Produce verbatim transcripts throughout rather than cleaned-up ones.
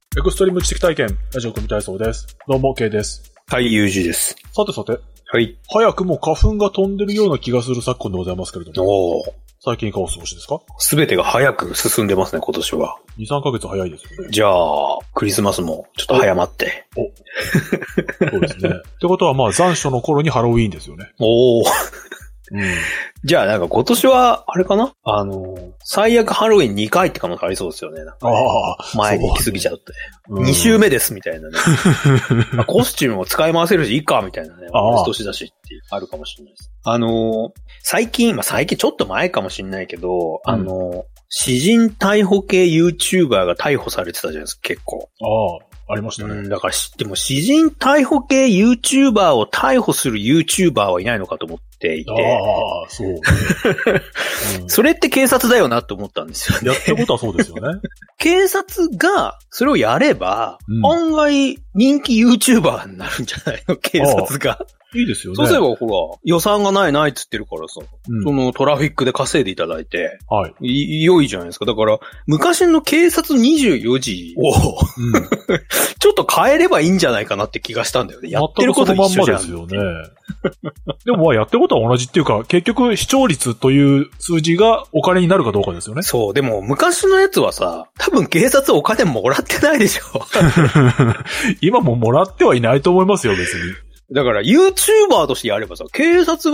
エクストリーム知的体験、ラジオ組体操です。どうも、K です。 はい、ユージです。 さてさて。 はい。 早くも花粉が飛んでるような気がする昨今でございますけれども。 おー。 最近いかがお過ごしですか？ すべてが早く進んでますね、今年は。 に、さんかげつ早いですよね。 じゃあ、クリスマスもちょっと早まって。 おそうですね。ってことはまあ残暑の頃にハロウィーンですよね。 おー。 うん、 じゃあなんか今年は、あれかなあの、最悪ハロウィンにかいって可能性ありそうですよね。なんかねああ。前に行き過ぎちゃうって。うに週目ですみたいなね。まあ、コスチュームを使い回せるしいいかみたいなね。今年だしっていうあるかもしれないです。あの、最近、まあ最近ちょっと前かもしれないけど、うん、あの、詩人逮捕系 YouTuber が逮捕されてたじゃないですか、結構。 ああ。ありましたね。 うん、だから、でも、詩人逮捕系 YouTuber を逮捕する YouTuber はいないのかと思っていて。 ああ、そう、ねうん。それって警察だよなって思ったんですよね。 やったことはそうですよね。 警察がそれをやれば、うん、案外人気 YouTuber になるんじゃないの警察が。 いいですよね。 そうすれば、ほら、予算がないないって言ってるからさ、うん、そのトラフィックで稼いでいただいて、はい。い、良いじゃないですか。だから、昔の警察にじゅうよじを、うん、ちょっと変えればいいんじゃないかなって気がしたんだよね。やってること一緒じゃん。 全くそのまんまですよね。でもまあやってることは同じっていうか、結局視聴率という数字がお金になるかどうかですよね。 そう、でも昔のやつはさ、多分警察お金もらってないでしょ。 今ももらってはいないと思いますよ、別に。 だから YouTuber としてやればさ、警察が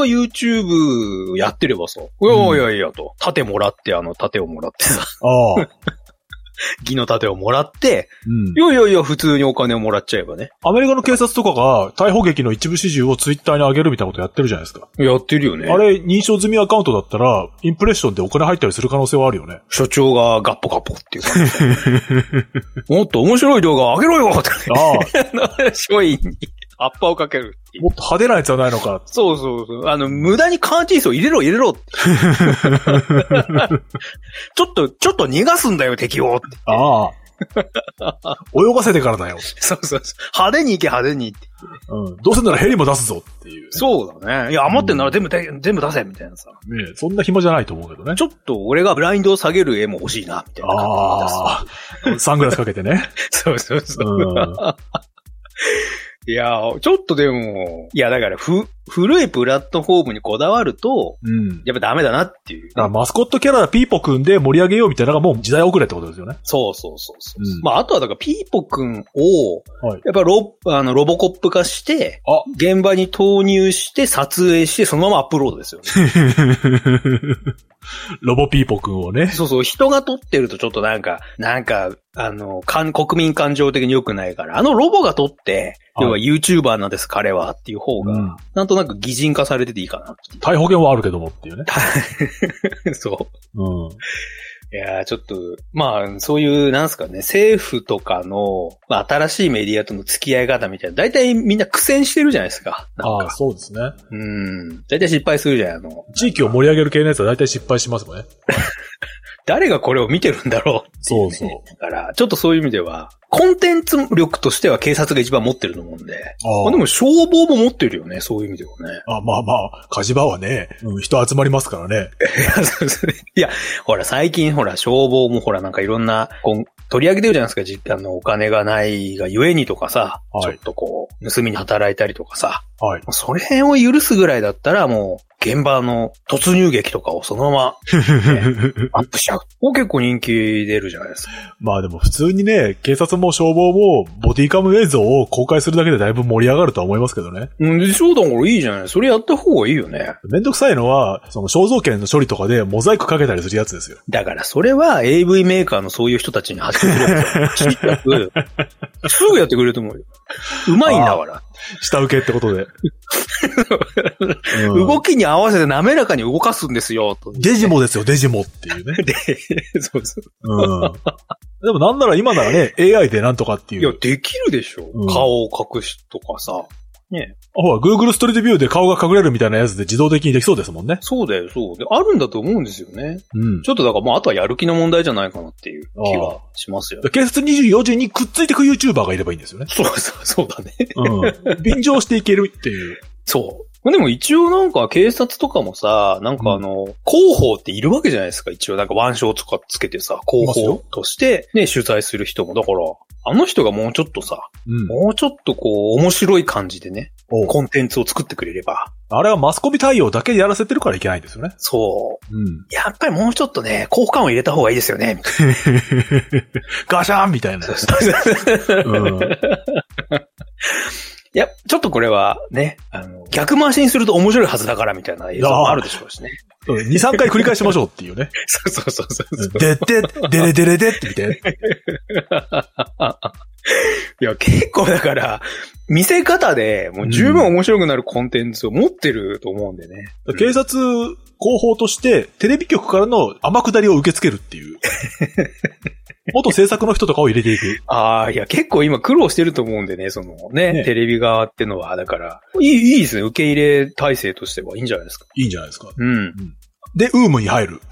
YouTube やってればさ、うん、いやいやいやと、盾もらって、あの盾をもらってさ。ああ。義の盾をもらって、うん、いやいやいや、普通にお金をもらっちゃえばね。 アメリカの警察とかが逮捕劇の一部始終をツイッターに上げるみたいなことやってるじゃないですか。 やってるよね。 あれ、認証済みアカウントだったら、インプレッションでお金入ったりする可能性はあるよね。 所長がガッポガッポっていう感じ。もっと面白い動画上げろよって。ああ。署員に。アッパーをかけるっていう。 もっと派手なやつはないのか。 そうそうそう。あの、無駄にカーチースを入れろ入れろって。ちょっと、ちょっと逃がすんだよ敵をって。 ああ。泳がせてからだよ。 そうそうそう。派手に行け派手にって。 うん。どうせならヘリも出すぞっていう、ね。 そうだね。いや、余ってんなら全部、うん、全部出せみたいなさ。 ねえ、そんな暇じゃないと思うけどね。 ちょっと俺がブラインドを下げる絵も欲しいな、みたいな感じで出す。 ああ。サングラスかけてね。 そうそうそう。うんいや、ちょっとでも、いやだからふ、古いプラットフォームにこだわると、うん、やっぱダメだなっていう、ね。 だからマスコットキャラピーポくんで盛り上げようみたいなのがもう時代遅れってことですよね。 そうそうそうそう、うん。まああとはだからピーポくんを、はい、やっぱロ、あの、ロボコップ化して、現場に投入して撮影してそのままアップロードですよね。 ロボピーポくんをね。 そうそう、人が撮ってるとちょっとなんか、なんか、あの、国民感情的に良くないから、あのロボが撮って、要は YouTuber なんです、彼はっていう方が、うん、なんとなく擬人化されてていいかなっていう。 逮捕権はあるけどもっていうね。 そう。うん。いやーちょっと、まあ、そういう、なんすかね、政府とかの、まあ、新しいメディアとの付き合い方みたいな、大体みんな苦戦してるじゃないですか。なんかああ、そうですね。 うん。大体失敗するじゃん、あの。 地域を盛り上げる系のやつは大体失敗しますもんね。 誰がこれを見てるんだろう、ね。 そうそう。 だから、ちょっとそういう意味では、コンテンツ力としては警察が一番持ってると思うんで。あまあ、でも消防も持ってるよね、そういう意味ではね。 あまあまあ、火事場はね、うん、人集まりますからね。 いや、ほら、最近ほら、消防もほら、なんかいろんな、こう取り上げてるじゃないですか、実あの、お金がないがゆえにとかさ、はい、ちょっとこう、盗みに働いたりとかさ。はい。それ辺を許すぐらいだったら、もう、現場の突入劇とかをそのまま、ね、アップしちゃう。もう結構人気出るじゃないですか。 まあでも普通にね、警察も消防もボディカム映像を公開するだけでだいぶ盛り上がるとは思いますけどね。 うん、でしょうだからいいじゃない。それやった方がいいよね。 めんどくさいのは、その肖像権の処理とかでモザイクかけたりするやつですよ。 だからそれは エーブイ メーカーのそういう人たちに始めてるんですよ。すぐやってくれると思うよ。うまいんだから。 下請けってことで。 うん、動きに合わせて滑らかに動かすんですよ。とデジモですよ、デジモっていうね。で、そうそう。うん。でもなんなら今ならね、エーアイ でなんとかっていう。 いや、できるでしょ。うん、顔を隠しとかさ。ねあ、ほら、Google ストリートビューで顔が隠れるみたいなやつで自動的にできそうですもんね。 そうだよ、そう。で、あるんだと思うんですよね。うん。ちょっとだからもうあとはやる気の問題じゃないかなっていう気がしますよ。 警察にじゅうよじにくっついてく YouTuber がいればいいんですよね。 そうそう、そうだね。 うん。便乗していけるっていう。 そう。 でも一応なんか警察とかもさ、なんかあの、うん、広報っているわけじゃないですか。一応なんか腕章とかつけてさ、広報としてね、取材する人も。だから、あの人がもうちょっとさ、うん、もうちょっとこう、面白い感じでね、コンテンツを作ってくれれば。 あれはマスコミ対応だけでやらせてるからいけないんですよね。 そう。うん、やっぱりもうちょっとね、効果感を入れた方がいいですよね。 ガシャーンみたいな。うんいや、ちょっとこれはね、あの、逆回しにすると面白いはずだからみたいな映像もあるでしょうしね。 に、さんかい繰り返しましょうっていうね。 そうそうそうそう。 でって、でれでれでって見て。 いや、結構だから、見せ方でもう十分面白くなるコンテンツを持ってると思うんでね。 うん、警察広報としてテレビ局からの天下りを受け付けるっていう。元制作の人とかを入れていく。 ああ、いや、結構今苦労してると思うんでね、そのね、ねテレビ側ってのは、だから、いい、いいですね、受け入れ体制としてはいいんじゃないですか。 いいんじゃないですか。 うん。うん、 で、ウームに入る。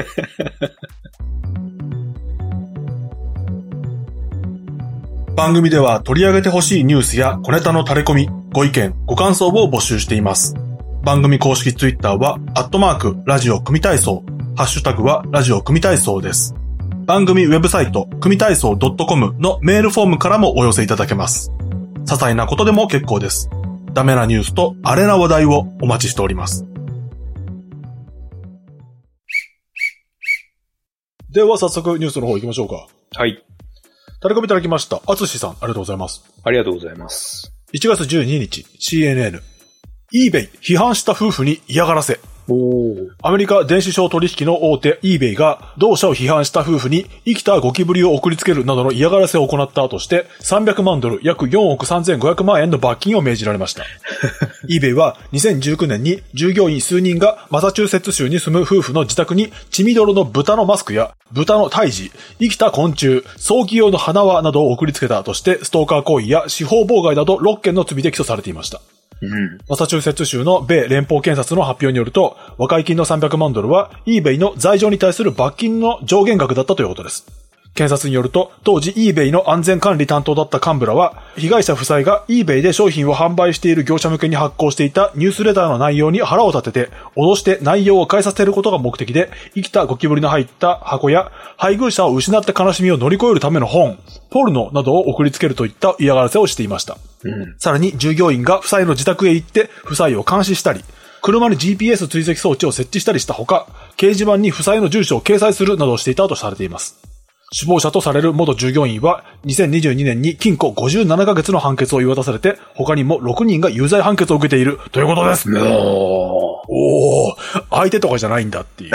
番組では取り上げてほしいニュースや小ネタの垂れ込み、ご意見、ご感想を募集しています。番組公式ツイッターは、アットマーク、ラジオ組体操、ハッシュタグは、ラジオ組体操です。番組ウェブサイト、組体操 .com のメールフォームからもお寄せいただけます。些細なことでも結構です。ダメなニュースとアレな話題をお待ちしております。では早速ニュースの方行きましょうか。 はい。 タレコミいただきました。あつしさん、ありがとうございます。 ありがとうございます。 いちがつじゅうににち、シーエヌエヌ。eBay 批判した夫婦に嫌がらせ。 おアメリカ電子商取引の大手 eBay が同社を批判した夫婦に生きたゴキブリを送りつけるなどの嫌がらせを行ったとしてさんびゃくまんドル約よんおくさんぜんごひゃくまんえんの罰金を命じられました。eBay はにせんじゅうきゅうねんに従業員数人がマサチューセッツ州に住む夫婦の自宅に血みどろの豚のマスクや豚の胎児、生きた昆虫、葬儀用の花輪などを送りつけたとしてストーカー行為や司法妨害などろっけんの罪で起訴されていました。 うん、 マサチューセッツ州の米連邦検察の発表によると、和解金のさんびゃくまんドルは eBay の罪状に対する罰金の上限額だったということです。検察によると、当時 eBay の安全管理担当だった幹部らは、被害者夫妻が eBay で商品を販売している業者向けに発行していたニュースレターの内容に腹を立てて、脅して内容を変えさせることが目的で、生きたゴキブリの入った箱や、配偶者を失った悲しみを乗り越えるための本、ポルノなどを送りつけるといった嫌がらせをしていました。 うん、 さらに従業員が夫妻の自宅へ行って夫妻を監視したり、車に ジーピーエス 追跡装置を設置したりしたほか、掲示板に夫妻の住所を掲載するなどをしていたとされています。首謀者とされる元従業員はにせんにじゅうにねんに禁錮ごじゅうななかげつの判決を言い渡されて、他にもろくにんが有罪判決を受けているということです。 おおー、相手とかじゃないんだっていう。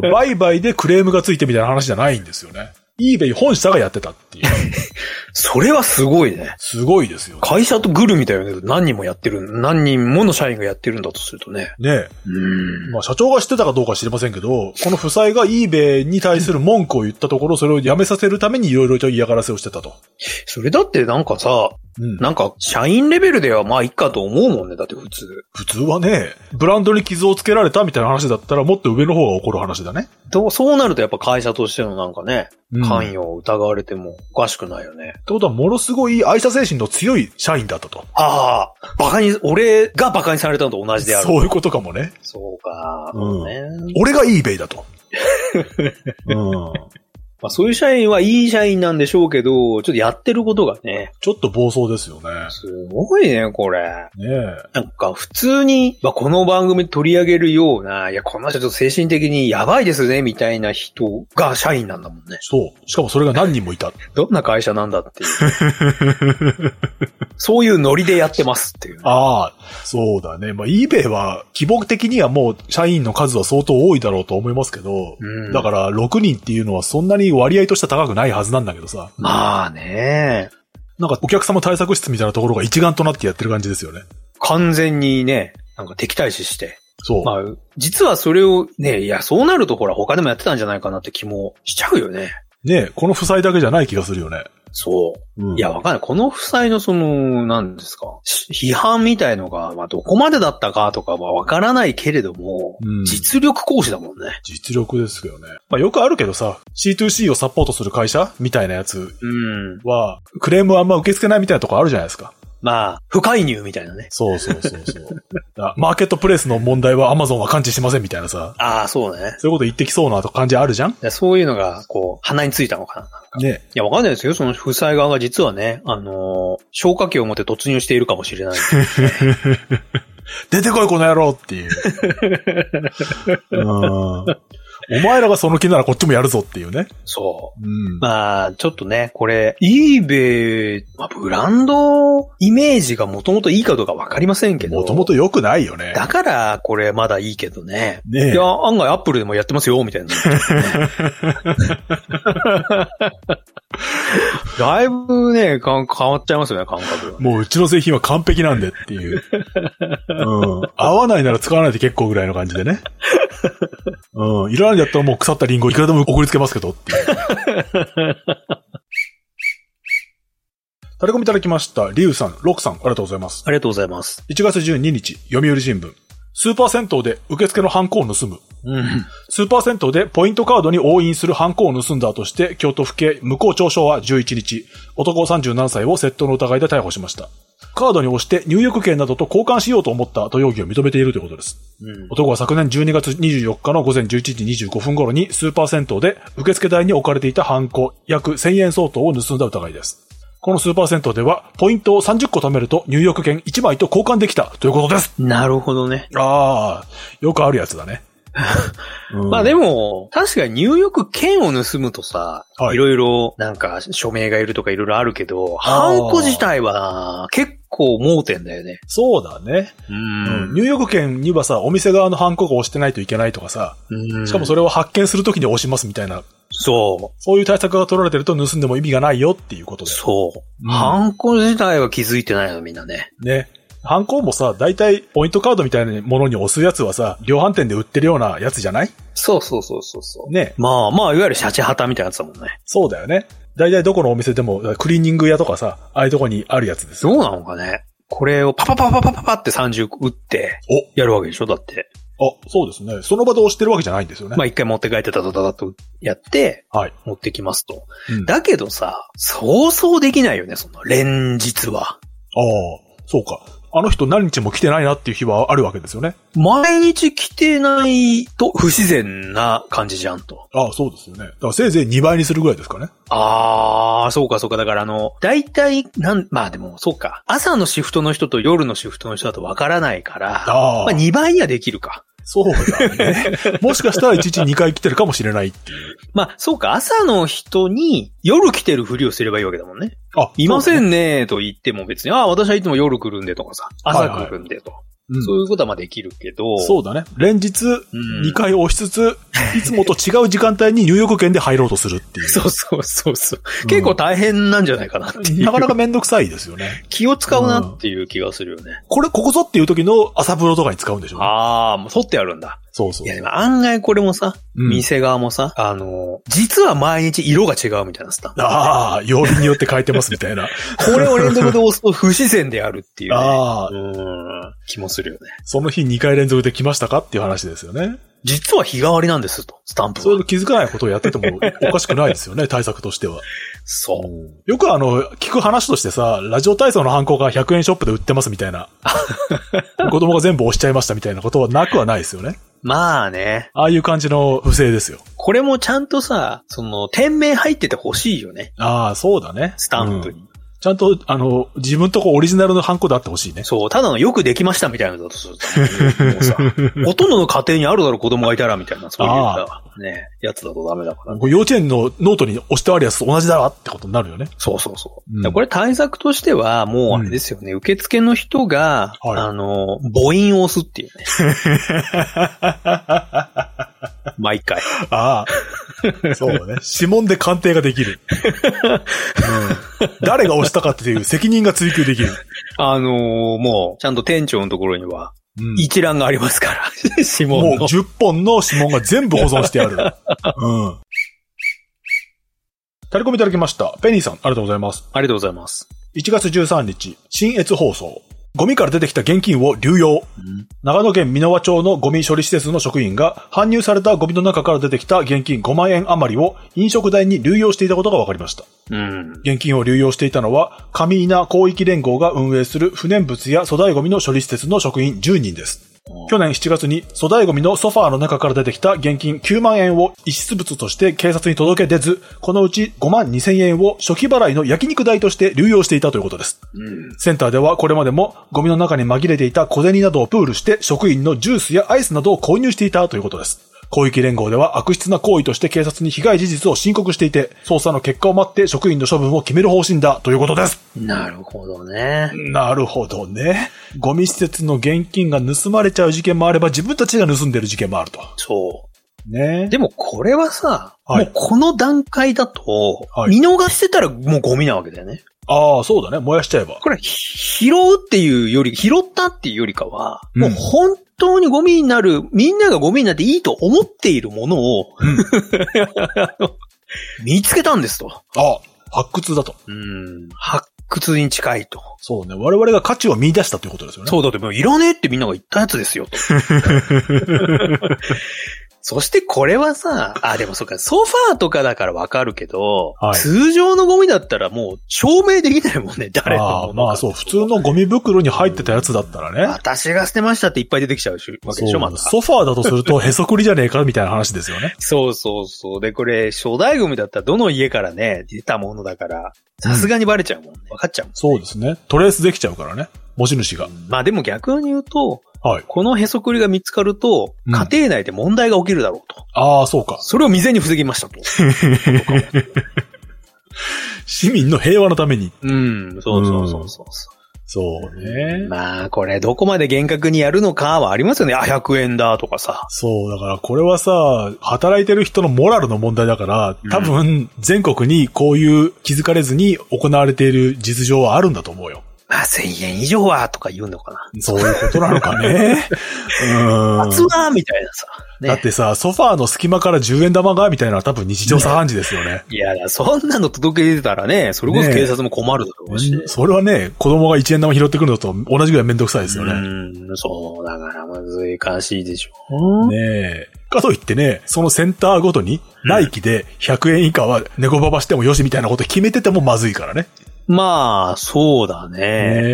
売買でクレームがついてみたいな話じゃないんですよね。eBay 本社がやってたっていう。 それはすごいね。 すごいですよ、ね。 会社とグルみたいなの何人もやってる、何人もの社員がやってるんだとするとね。 ねえ。 うん。 まあ社長が知ってたかどうか知りませんけど、この夫妻が eBay に対する文句を言ったところ、それをやめさせるためにいろいろと嫌がらせをしてたと。 それだってなんかさ、うん、なんか、社員レベルではまあいいかと思うもんね。だって普通。 普通はね、ブランドに傷をつけられたみたいな話だったらもっと上の方が起こる話だね。 どう、そうなるとやっぱ会社としてのなんかね、うん、関与を疑われてもおかしくないよね。ってことはものすごい愛社精神の強い社員だったと。 ああ、バカに、俺がバカにされたのと同じである。 そういうことかもね。 そうか、 うんね。 俺が eBay だと。うん。 まあそういう社員はいい社員なんでしょうけど、ちょっとやってることがね。 ちょっと暴走ですよね。 すごいね、これ。 ねえ。 なんか普通に、まあこの番組取り上げるような、いや、この人ちょっと精神的にやばいですね、みたいな人が社員なんだもんね。 そう。しかもそれが何人もいた。 どんな会社なんだっていう。そういうノリでやってますっていう、ね。 ああ、そうだね。まあ eBay は規模的にはもう社員の数は相当多いだろうと思いますけど、 うん、 だからろくにんっていうのはそんなに割合としては高くないはずなんだけどさ。 まあね。 なんかお客様対策室みたいなところが一丸となってやってる感じですよね。 完全にね、なんか敵対視して。 そう。 まあ、実はそれをね、いや、そうなるとほら他でもやってたんじゃないかなって気もしちゃうよね。 ねえ、この負債だけじゃない気がするよね。 そう。 うん、 いや、わかんない。この負債のその、何ですか。批判みたいのが、まあ、どこまでだったかとかはわからないけれども、うん、実力行使だもんね。 実力ですよね。まあ、よくあるけどさ、シーツーシー をサポートする会社みたいなやつは、うん、クレームはあんま受け付けないみたいなとこあるじゃないですか。 まあ、不介入みたいなね。 そうそうそうそう。マーケットプレイスの問題は Amazon は感知しませんみたいなさ。 ああ、そうね。 そういうこと言ってきそうな感じあるじゃん？ そういうのが、こう、鼻についたのかな。ね。いや、わかんないですよ。その負債側が実はね、あのー、消火器を持って突入しているかもしれない、ね。 出てこいこの野郎っていう。うんお前らがその気ならこっちもやるぞっていうね。 そう。うん、まあ、ちょっとね、これ、eBay、まあ、ブランドイメージがもともといいかどうかわかりませんけど。 もともと良くないよね。 だから、これまだいいけどね。 ねえ。 いや、案外アップルでもやってますよ、みたいな、ね。だいぶね、か変わっちゃいますよね、感覚が。 もううちの製品は完璧なんでっていう。うん。合わないなら使わないで結構ぐらいの感じでね。うん。いらないんだったらもう腐ったリンゴいくらでも送りつけますけどっていう。タレコミいただきました。リュウさん、ロクさん、ありがとうございます。 ありがとうございます。 いちがつじゅうににち、読売新聞。スーパー銭湯で受付のハンコを盗む。 うん、 スーパー銭湯でポイントカードに押印するハンコを盗んだとして、京都府警向町署はじゅういちにち、男さんじゅうななさいを窃盗の疑いで逮捕しました。カードに押して入浴券などと交換しようと思ったと容疑を認めているということです。うん、男は昨年じゅうにがつにじゅうよっかの午前じゅういちじにじゅうごふん頃にスーパー銭湯で受付台に置かれていたハンコ約せんえん相当を盗んだ疑いです。このスーパー銭湯ではポイントをさんじゅっこ貯めると入浴券いちまいと交換できたということです。 なるほどね。 ああ、よくあるやつだね。 うん、まあでも、確かに入浴券を盗むとさ、はい、いろいろなんか署名がいるとかいろいろあるけど、ハンコ自体は結構盲点だよね。 そうだね。うん、うん。入浴券にはさ、お店側のハンコが押してないといけないとかさ、うん、しかもそれを発見するときに押しますみたいな。 そう。 そういう対策が取られてると盗んでも意味がないよっていうことで。 そう。うん、ハンコ自体は気づいてないのみんなね。 ね。ハンコもさ、大体ポイントカードみたいなものに押すやつはさ、量販店で売ってるようなやつじゃない？ そうそうそうそうそう。 ね。 まあまあ、いわゆるシャチハタみたいなやつだもんね。 そうだよね。大体どこのお店でもクリーニング屋とかさ、ああいうとこにあるやつですよ。 どうなのかね。これをパパパパパパパってさんじゅう打って、やるわけでしょだって。 あ、そうですね。その場で押してるわけじゃないんですよね。 まあ一回持って帰ってダダダダとやって、はい。持ってきますと。うん、だけどさ、そうそうできないよね、その連日は。ああ、そうか。あの人何日も来てないなっていう日はあるわけですよね。 毎日来てないと不自然な感じじゃんと。 ああ、そうですよね。だからせいぜいにばいにするぐらいですかね。 ああ、そうかそうか。だからあの、大体、なん、まあでもそうか。朝のシフトの人と夜のシフトの人だとわからないから、あまあにばいにはできるか。 そうだね。もしかしたらいちにちにかい来てるかもしれないっていう。 まあ、そうか。朝の人に夜来てるふりをすればいいわけだもんね。あ、いませんねと言っても別に、ああ、私はいつも夜来るんでとかさ、朝来るんでと。はいはいうん、そういうことはまあできるけど。 そうだね。連日にかい押しつつ、うん、いつもと違う時間帯に入浴券で入ろうとするっていう。 そうそうそうそう、うん。結構大変なんじゃないかなっていう。 なかなかめんどくさいですよね。 気を使うなっていう気がするよね。うん、 これ、ここぞっていう時の朝風呂とかに使うんでしょうね。 ああ、もう取ってあるんだ。 そうそう。 いやでも案外これもさ、うん、店側もさ、あの、実は毎日色が違うみたいなスタンプ、ね。 ああ、曜日によって変えてますみたいな。 これを連続で押すと不自然であるっていう、ね。ああ。うん。気もするよね。 その日にかい連続で来ましたかっていう話ですよね。 実は日替わりなんですと、スタンプは。 そういうの気づかないことをやっててもおかしくないですよね、対策としては。 そう。 よくあの、聞く話としてさ、ラジオ体操のハンコがひゃくえんショップで売ってますみたいな。子供が全部押しちゃいましたみたいなことはなくはないですよね。 まあね。 ああいう感じの不正ですよ。 これもちゃんとさ、その、店名入っててほしいよね。 ああ、そうだね。 スタンプに。うん、 ちゃんと、あの、自分とこオリジナルのハンコであってほしいね。 そう、ただのよくできましたみたいなのだとすると。もうさ、ほとんどの家庭にあるだろう子供がいたらみたいな、そういうさ、ね、やつだとダメだから、ね。 幼稚園のノートに押してあるやつと同じだわってことになるよね。 そうそうそう。うん、これ対策としては、もうあれですよね、うん、受付の人が、はい、あの、母音を押すっていうね。毎回。 ああ。そうね。指紋で鑑定ができる。うん、誰が押したかっていう責任が追及できる。 あのー、もう、ちゃんと店長のところには、一覧がありますから。指紋の。 もうじゅっぽんの指紋が全部保存してある。うん。タレコミいただきました。ペニーさん、ありがとうございます。 ありがとうございます。 いちがつじゅうさんにち、新越放送。 ゴミから出てきた現金を流用。うん、長野県箕輪町のゴミ処理施設の職員が搬入されたゴミの中から出てきた現金ごまんえん余りを飲食代に流用していたことが分かりました。うん、現金を流用していたのは上稲広域連合が運営する不燃物や粗大ゴミの処理施設の職員じゅうにんです。去年しちがつに粗大ゴミのソファーの中から出てきた現金きゅうまんえんを遺失物として警察に届け出ず、このうちごまんにせんえんを初期払いの焼肉代として流用していたということです。うん、センターではこれまでもゴミの中に紛れていた小銭などをプールして職員のジュースやアイスなどを購入していたということです。広域連合では悪質な行為として警察に被害事実を申告していて、捜査の結果を待って職員の処分を決める方針だということです。 なるほどね。 なるほどね。ゴミ施設の現金が盗まれちゃう事件もあれば、自分たちが盗んでる事件もあると。 そう。 ね。 でもこれはさ、 はい、 もうこの段階だと、はい、見逃してたらもうゴミなわけだよね。 ああ、そうだね。燃やしちゃえば。 これ、拾うっていうより、拾ったっていうよりかは、うん、もう本当にゴミになる、みんながゴミになっていいと思っているものを、うん、見つけたんですと。 ああ、発掘だと。 うん。発掘に近いと。 そうね。我々が価値を見出したということですよね。 そうだって、もういらねえってみんなが言ったやつですよと。そしてこれはさ、あ、でもそっか、ソファーとかだからわかるけど、はい、通常のゴミだったらもう証明できないもんね、誰のものか。 まあそう、普通のゴミ袋に入ってたやつだったらね。 私が捨てましたっていっぱい出てきちゃうわけでしょ、また。 ソファーだとするとへそくりじゃねえかみたいな話ですよね。 そうそうそう。で、これ、粗大ゴミだったらどの家からね、出たものだから、さすがにバレちゃうもんね。わ、うん、かっちゃうもんね。 そうですね。トレースできちゃうからね。持ち主が。 まあでも逆に言うと、 はい。 このへそくりが見つかると、うん、家庭内で問題が起きるだろうと。 ああ、そうか。 それを未然に防ぎましたと。 市民の平和のために。 うん、そうそうそうそう。 そうね。 まあ、これどこまで厳格にやるのかはありますよね。あ、ひゃくえんだとかさ。 そう、だからこれはさ、働いてる人のモラルの問題だから、多分全国にこういう気づかれずに行われている実情はあるんだと思うよ。 まあ、せんえん以上はとか言うのかな。 そういうことなのかね。 うん。熱はみたいなさ、 ね。だってさ、ソファーの隙間からじゅうえん玉がみたいなのは多分日常茶飯事ですよね。 いや、そんなの届け出てたらね、それこそ警察も困るだろうし、ね。 それはね、子供がいちえん玉拾ってくるのと同じぐらいめんどくさいですよね。 うん、そう、だから難しいでしょ。 ねえ。かといってね、そのセンターごとに、来期でひゃくえん以下は猫ババしてもよしみたいなこと決めててもまずいからね。 まあ、そうだね。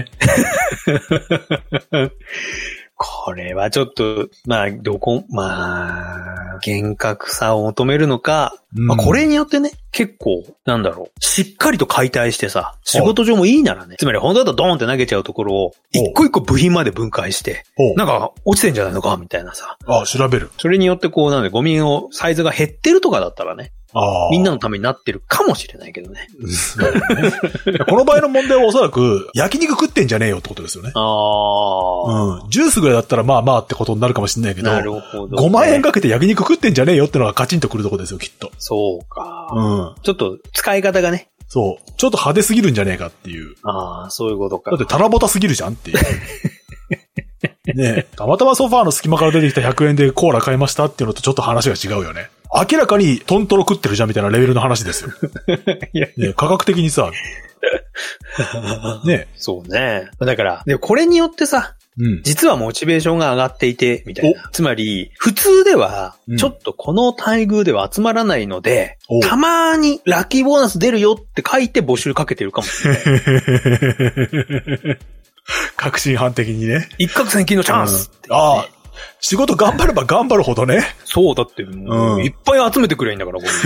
ねこれはちょっと、まあ、どこ、まあ、厳格さを求めるのか、うん、まあ、これによってね、結構、なんだろう、しっかりと解体してさ、仕事上もいいならね、つまり本当だとドーンって投げちゃうところを、一個一個部品まで分解して、なんか落ちてんじゃないのかみたいなさ。 ああ、調べる。 それによってこう、なんでゴミのサイズが減ってるとかだったらね、あみんなのためになってるかもしれないけどね。 この場合の問題はおそらく、焼肉食ってんじゃねえよってことですよね。 ああ。 うん。ジュースぐらいだったらまあまあってことになるかもしれないけど、 なるほど、ね。 ごまんえんかけて焼肉食ってんじゃねえよってのがカチンとくるとこですよ、きっと。 そうか。 うん。 ちょっと使い方がね。 そう。ちょっと派手すぎるんじゃねえかっていう。 ああ、そういうことか。 だってタラボタすぎるじゃんっていう。ねえ。たまたまソファーの隙間から出てきたひゃくえんでコーラ買いましたっていうのとちょっと話が違うよね。明らかにトントロ食ってるじゃんみたいなレベルの話ですよ。いやね、科学的にさ。ね。 そうね。だから、でこれによってさ、うん、実はモチベーションが上がっていて、みたいな。つまり、普通では、ちょっとこの待遇では集まらないので、うん、たまーにラッキーボーナス出るよって書いて募集かけてるかもしれない。 確信犯的にね。 一攫千金のチャンスって、 ね、うん、ああ。仕事頑張れば頑張るほどね。 そう、だって、もう、うん、いっぱい集めてくれいいんだから、ゴミ。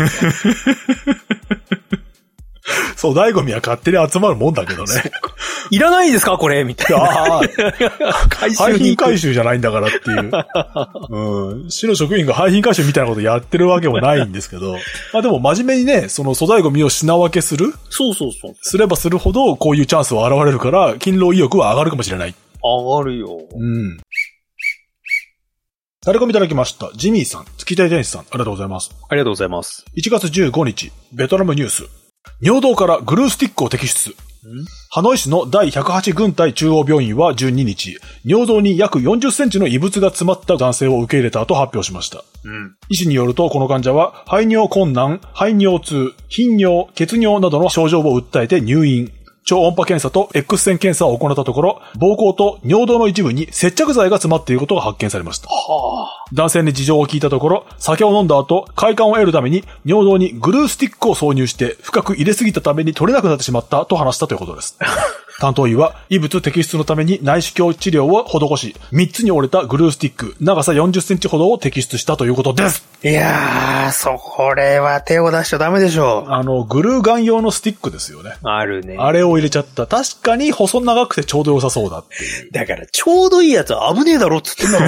そう、大ゴミは勝手に集まるもんだけどね。 いらないですかこれみたいな。ああ。 回収に。廃品回収じゃないんだからっていう。うん。市の職員が廃品回収みたいなことやってるわけもないんですけど。まあでも真面目にね、その粗大ゴミを品分けする。 そうそうそう。 すればするほど、こういうチャンスは現れるから、勤労意欲は上がるかもしれない。 上がるよ。 うん。タレコミいただきました。ジミーさん、月田天使さん、ありがとうございます。 ありがとうございます。 いちがつじゅうごにち、ベトナムニュース。尿道からグルースティックを摘出。ハノイ市のだいひゃくはち軍隊中央病院はじゅうににち、尿道に約よんじゅっセンチの異物が詰まった男性を受け入れたと発表しました。うん、医師によると、この患者は、排尿困難、排尿痛、頻尿、血尿などの症状を訴えて入院。 超音波検査と X 線検査を行ったところ、膀胱と尿道の一部に接着剤が詰まっていることが発見されました。はあ、男性に事情を聞いたところ、酒を飲んだ後、快感を得るために尿道にグルースティックを挿入して深く入れすぎたために取れなくなってしまったと話したということです。担当医は異物摘出のために内視鏡治療を施し、みっつに折れたグルースティック、長さよんじゅっセンチほどを摘出したということです。 いやー、それは手を出しちゃダメでしょう。 あの、グルーガン用のスティックですよね。 あるね。 あれを入れちゃった。確かに細長くてちょうど良さそうだっていう。 だから、ちょうどいいやつは危ねえだろっつってんだろ。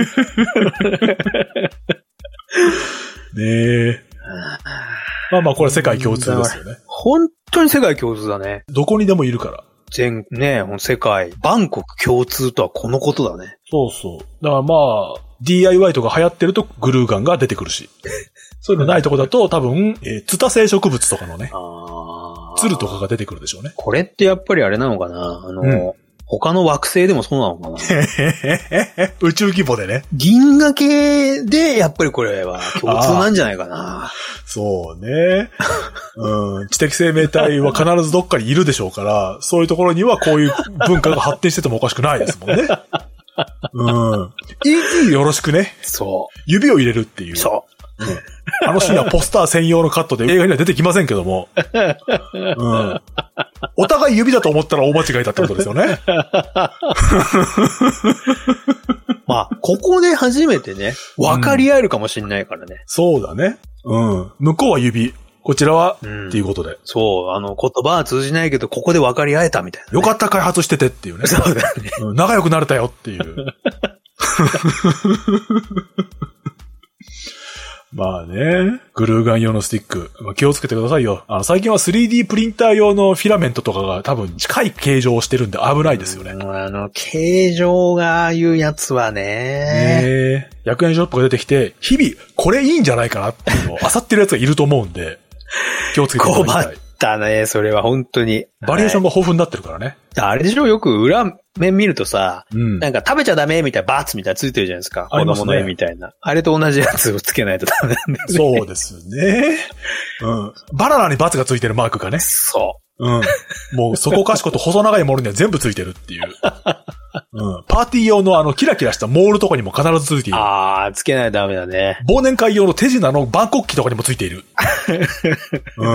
ねえ。まあまあ、これ世界共通ですよね。 本当に世界共通だね。 どこにでもいるから。 全、ね、世界、万国共通とはこのことだね。 そうそう。だからまあ、ディーアイワイ とか流行ってるとグルーガンが出てくるし。そういうのないとこだと多分、えー、ツタ生植物とかのね。あ、ツルとかが出てくるでしょうね。 これってやっぱりあれなのかな、あの、うん、他の惑星でもそうなのかな宇宙規模でね。 銀河系でやっぱりこれは共通なんじゃないかな。 そうね。うん。知的生命体は必ずどっかにいるでしょうから、そういうところにはこういう文化が発展しててもおかしくないですもんね。うん。いい、よろしくね。 そう。 指を入れるっていう。 そう。 うん、あのシーンはポスター専用のカットで映画には出てきませんけども。うん。お互い指だと思ったら大間違いだってことですよね。 まあ、ここで初めてね、分かり合えるかもしれないからね、うん。 そうだね。うん。向こうは指。こちらは、うん、っていうことで。 そう。あの、言葉は通じないけど、ここで分かり合えたみたいな、ね。 よかった開発しててっていうね。 そうだね、 うん。仲良くなれたよっていう。まあね、グルーガン用のスティック、まあ、気をつけてくださいよ。あの最近は スリーディー プリンター用のフィラメントとかが多分近い形状をしてるんで危ないですよね。 あの形状がああいうやつはね。 ねえ。ひゃくえんショップが出てきて、日々これいいんじゃないかなっていうのを漁ってるやつがいると思うんで、気をつけてください。 困ったね、それは本当に。 バリエーションが豊富になってるからね。 あれでしょ、よく裏面見るとさ、うん、なんか食べちゃダメみたいなバツみたいなついてるじゃないですか。子供の絵みたいな。あれと同じやつをつけないとダメなんだよね。 そうですね。うん。バナナにバツがついてるマークがね。 そう。 うん。もうそこかしこと細長いものには全部ついてるっていう。うん。パーティー用のあのキラキラしたモールとかにも必ずついている。 ああ、つけないとダメだね。 忘年会用の手品の万国旗とかにもついている。うん。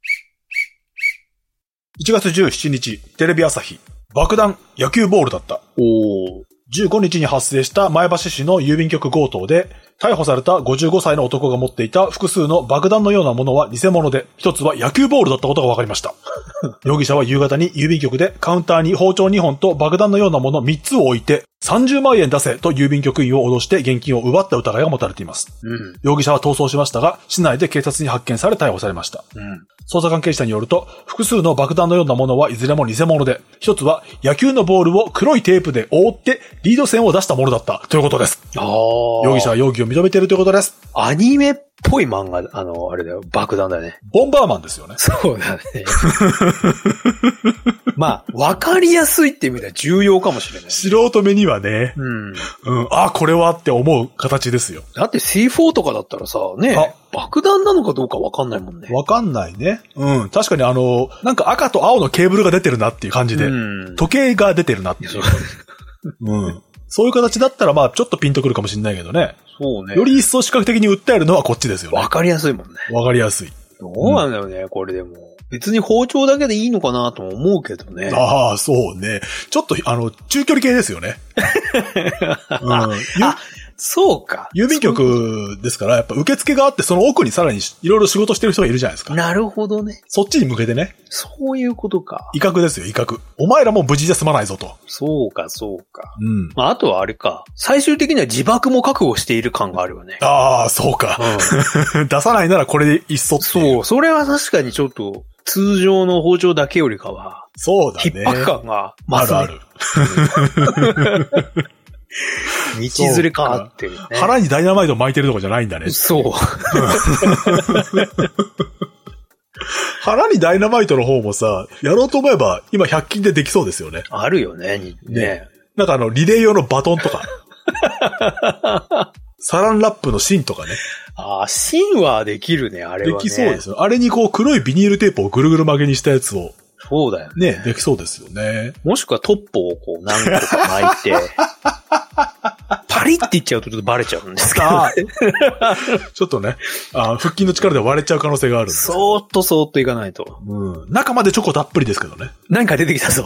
いちがつじゅうしちにち、テレビ朝日。爆弾、野球ボールだった。 おー。 じゅうごにちに発生した前橋市の郵便局強盗で、逮捕されたごじゅうごさいの男が持っていた複数の爆弾のようなものは偽物で、一つは野球ボールだったことが分かりました。容疑者は夕方に郵便局でカウンターに包丁にほんと爆弾のようなものみっつを置いて、さんじゅうまんえん出せと郵便局員を脅して現金を奪った疑いが持たれています。うん、容疑者は逃走しましたが、市内で警察に発見され逮捕されました。うん、捜査関係者によると、複数の爆弾のようなものはいずれも偽物で、一つは野球のボールを黒いテープで覆ってリード線を出したものだったということです。 あー。 容疑者は容疑を認めているということです。 アニメっぽい漫画、あの、あれだよ、爆弾だね。 ボンバーマンですよね。 そうだね。まあ、わかりやすいっていう意味では重要かもしれない、ね。 素人目にはね。うん。うん。あ、これはって思う形ですよ。 だって シーフォー とかだったらさ、ね、爆弾なのかどうかわかんないもんね。 わかんないね。うん。確かにあの、なんか赤と青のケーブルが出てるなっていう感じで、うん、時計が出てるなっていう。うん。そういう形だったらまあちょっとピンとくるかもしれないけどね。 そうね。 より一層視覚的に訴えるのはこっちですよね。 わかりやすいもんね。 わかりやすい。 どうなんだよね、うん、これでも。別に包丁だけでいいのかなとも思うけどね。 ああ、そうね。ちょっと、あの、中距離系ですよね。 うん、あ、そうか。 郵便局ですから、やっぱ受付があって、その奥にさらにいろいろ仕事してる人がいるじゃないですか。 なるほどね。 そっちに向けてね。 そういうことか。 威嚇ですよ、威嚇。お前らも無事じゃ済まないぞと。 そうか、そうか。うん。まあ、あとはあれか。最終的には自爆も覚悟している感があるよね。 ああ、そうか。うん、出さないならこれでいっそっていう。 そう、それは確かにちょっと、通常の包丁だけよりかは。 そうだね。 逼迫感が増す、ね。あるある。 道連れかってる、ね。 腹にダイナマイト巻いてるとこじゃないんだね。 そう。 腹にダイナマイトの方もさ、やろうと思えば今ひゃく均でできそうですよね。 あるよね。ね。ね、 なんかあのリレー用のバトンとか。サランラップの芯とかね。 ああ、芯はできるね、あれはね。 できそうですよ。あれにこう黒いビニールテープをぐるぐる曲げにしたやつをそうだよね。ね、できそうですよね。 もしくはトッポをこう何個か巻いて、パリって言っちゃうとちょっとバレちゃうんですけど、 ちょっとね、あ、腹筋の力で割れちゃう可能性があるんです。 そーっとそーっといかないと。 うん。中までチョコたっぷりですけどね。 何か出てきたぞって。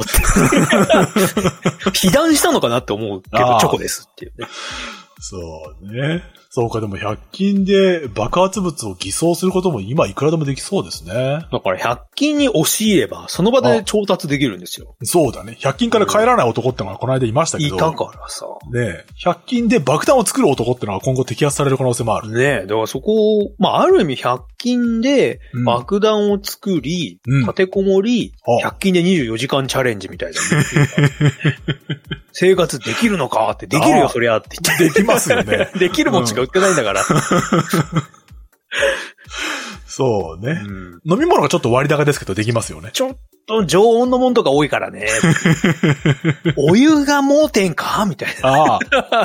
被弾したのかなって思うけど、チョコですっていうね。 そうね。そうか、でもひゃく均で爆発物を偽装することも今いくらでもできそうですね。 だからひゃく均に押し入れば、その場で調達できるんですよ。 そうだね。ひゃく均から帰らない男ってのがこの間いましたけど。 いたからさ。 ねえ。ひゃく均で爆弾を作る男ってのが今後摘発される可能性もある。 ねえ。だからそこを、まあ、ある意味ひゃく均で爆弾を作り、うん、立てこもり、うん、ひゃく均でにじゅうよじかんチャレンジみたいな。生活できるのかって、できるよそりゃって言って。 できますよね。 できるもんしか売ってないんだから。 そうね、うん。飲み物がちょっと割高ですけどできますよね。 ちょっと常温のもんとか多いからね。お湯が盲点かみたいな。ああ。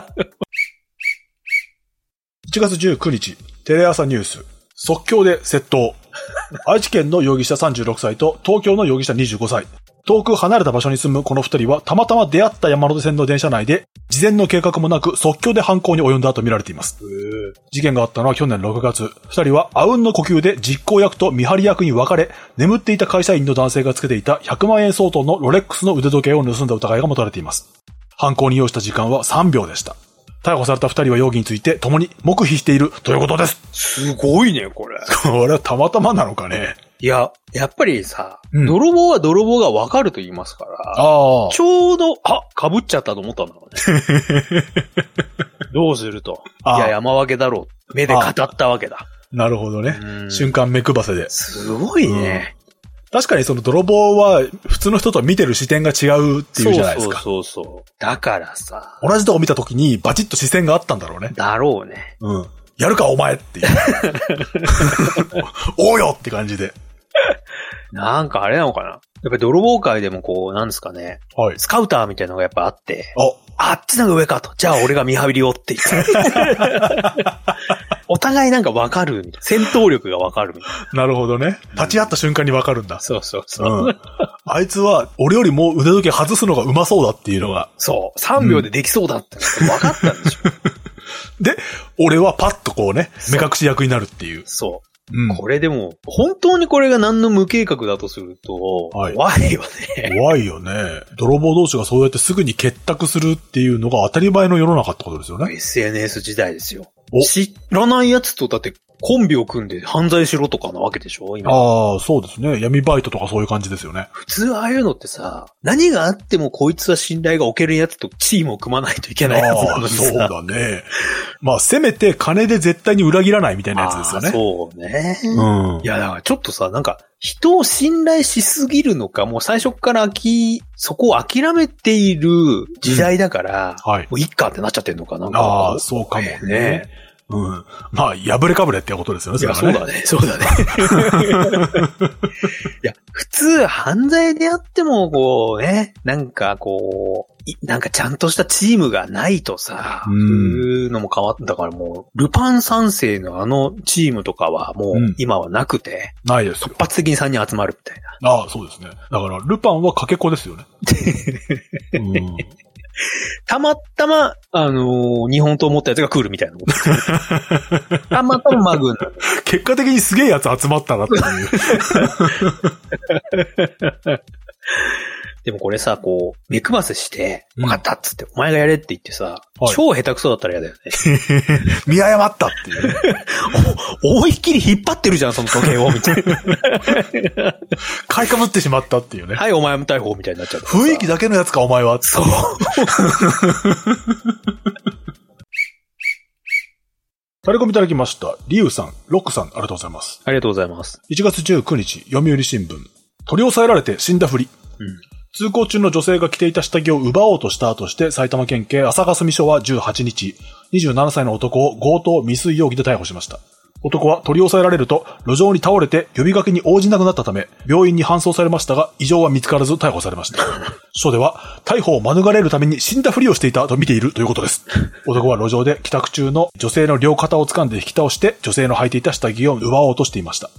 いちがつじゅうくにち、テレ朝ニュース。即興で窃盗。愛知県の容疑者さんじゅうろくさいと東京の容疑者にじゅうごさい。遠く離れた場所に住むこの二人はたまたま出会った山手線の電車内で事前の計画もなく即興で犯行に及んだと見られています。事件があったのは去年ろくがつ。二人はあうんの呼吸で実行役と見張り役に分かれ、眠っていた会社員の男性がつけていたひゃくまんえん相当のロレックスの腕時計を盗んだ疑いが持たれています。犯行に要した時間はさんびょうでした。逮捕された二人は容疑について共に黙秘しているということです。 すごいね、これ。 これはたまたまなのかね。 いや、やっぱりさ、うん、泥棒は泥棒がわかると言いますから、あちょうど、あ、被っちゃったと思ったんだろうね。どうすると。いや、山分けだろう。目で語ったわけだ。 なるほどね。瞬間目配せで。 すごいね。 うん、確かにその泥棒は普通の人と見てる視点が違うっていうじゃないですか。 そうそうそう。だからさ。 同じとこ見たときにバチッと視線があったんだろうね。 だろうね。 うん。やるかお前っていう。おうよって感じで。 なんかあれなのかな、やっぱり泥棒界でもこう、なんですかね。はい。スカウターみたいなのがやっぱあって。あ、あっちのが上かと。じゃあ俺が見張りをって言って。お互いなんかわかるみたいな。戦闘力がわかるみたいな。なるほどね。立ち会った瞬間にわかるんだ。 そうそうそう。うん、 あいつは俺よりも腕時計外すのがうまそうだっていうのが。 そう。さんびょうでできそうだってわかったんでしょ。 で、俺はパッとこうね、目隠し役になるっていう。 そう。うん、これでも、本当にこれが何の無計画だとすると、はい、怖いよね。 怖いよね。泥棒同士がそうやってすぐに結託するっていうのが当たり前の世の中ってことですよね。 エスエヌエス 時代ですよ。知らないやつとだってコンビを組んで犯罪しろとかなわけでしょ今。 ああ、そうですね。闇バイトとかそういう感じですよね。 普通ああいうのってさ、何があってもこいつは信頼が置けるやつとチームを組まないといけないやつなのにさ。 そうだね。まあ、せめて金で絶対に裏切らないみたいなやつですよね。 そうね。うん。いや、だからちょっとさ、なんか、人を信頼しすぎるのか、もう最初からき、そこを諦めている時代だから、うん、はい。もういっかってなっちゃってんのかな。 ああ、そうかもね。ねうん。まあ、破れかぶれってことですよね、 それはね。いや、そうだね、そうだね。いや、普通、犯罪であっても、こうね、なんかこう、なんかちゃんとしたチームがないとさ、そういうのも変わったからもう、ルパン三世のあのチームとかはもう今はなくて、 うん、ないですよ。 突発的にさんにん集まるみたいな。 ああ、そうですね。だから、ルパンはかけ子ですよね。うんたまたま、あのー、日本刀持ったやつが来るみたいなこと。たまたまマグン。 結果的にすげえやつ集まったなっていう。 でもこれさ、こう、目配せして、分かったっつって、うん、お前がやれって言ってさ、はい、超下手くそだったら嫌だよね。 見誤ったっていうね。 思いっきり引っ張ってるじゃん、その時計を、みたいな。 買いかぶってしまったっていうね。 はい、お前も逮捕みたいになっちゃう。 雰囲気だけのやつか、お前は。 そう。 タレコミいただきました。リュウさん、ロックさん、ありがとうございます。 ありがとうございます。 いちがつじゅうくにち、読売新聞。取り押さえられて死んだふり。うん、通行中の女性が着ていた下着を奪おうとしたとして埼玉県警朝霞署はじゅうはちにち、にじゅうななさいの男を強盗未遂容疑で逮捕しました。男は取り押さえられると路上に倒れて呼びかけに応じなくなったため病院に搬送されましたが異常は見つからず逮捕されました。署では逮捕を免れるために死んだふりをしていたと見ているということです。男は路上で帰宅中の女性の両肩を掴んで引き倒して女性の履いていた下着を奪おうとしていました。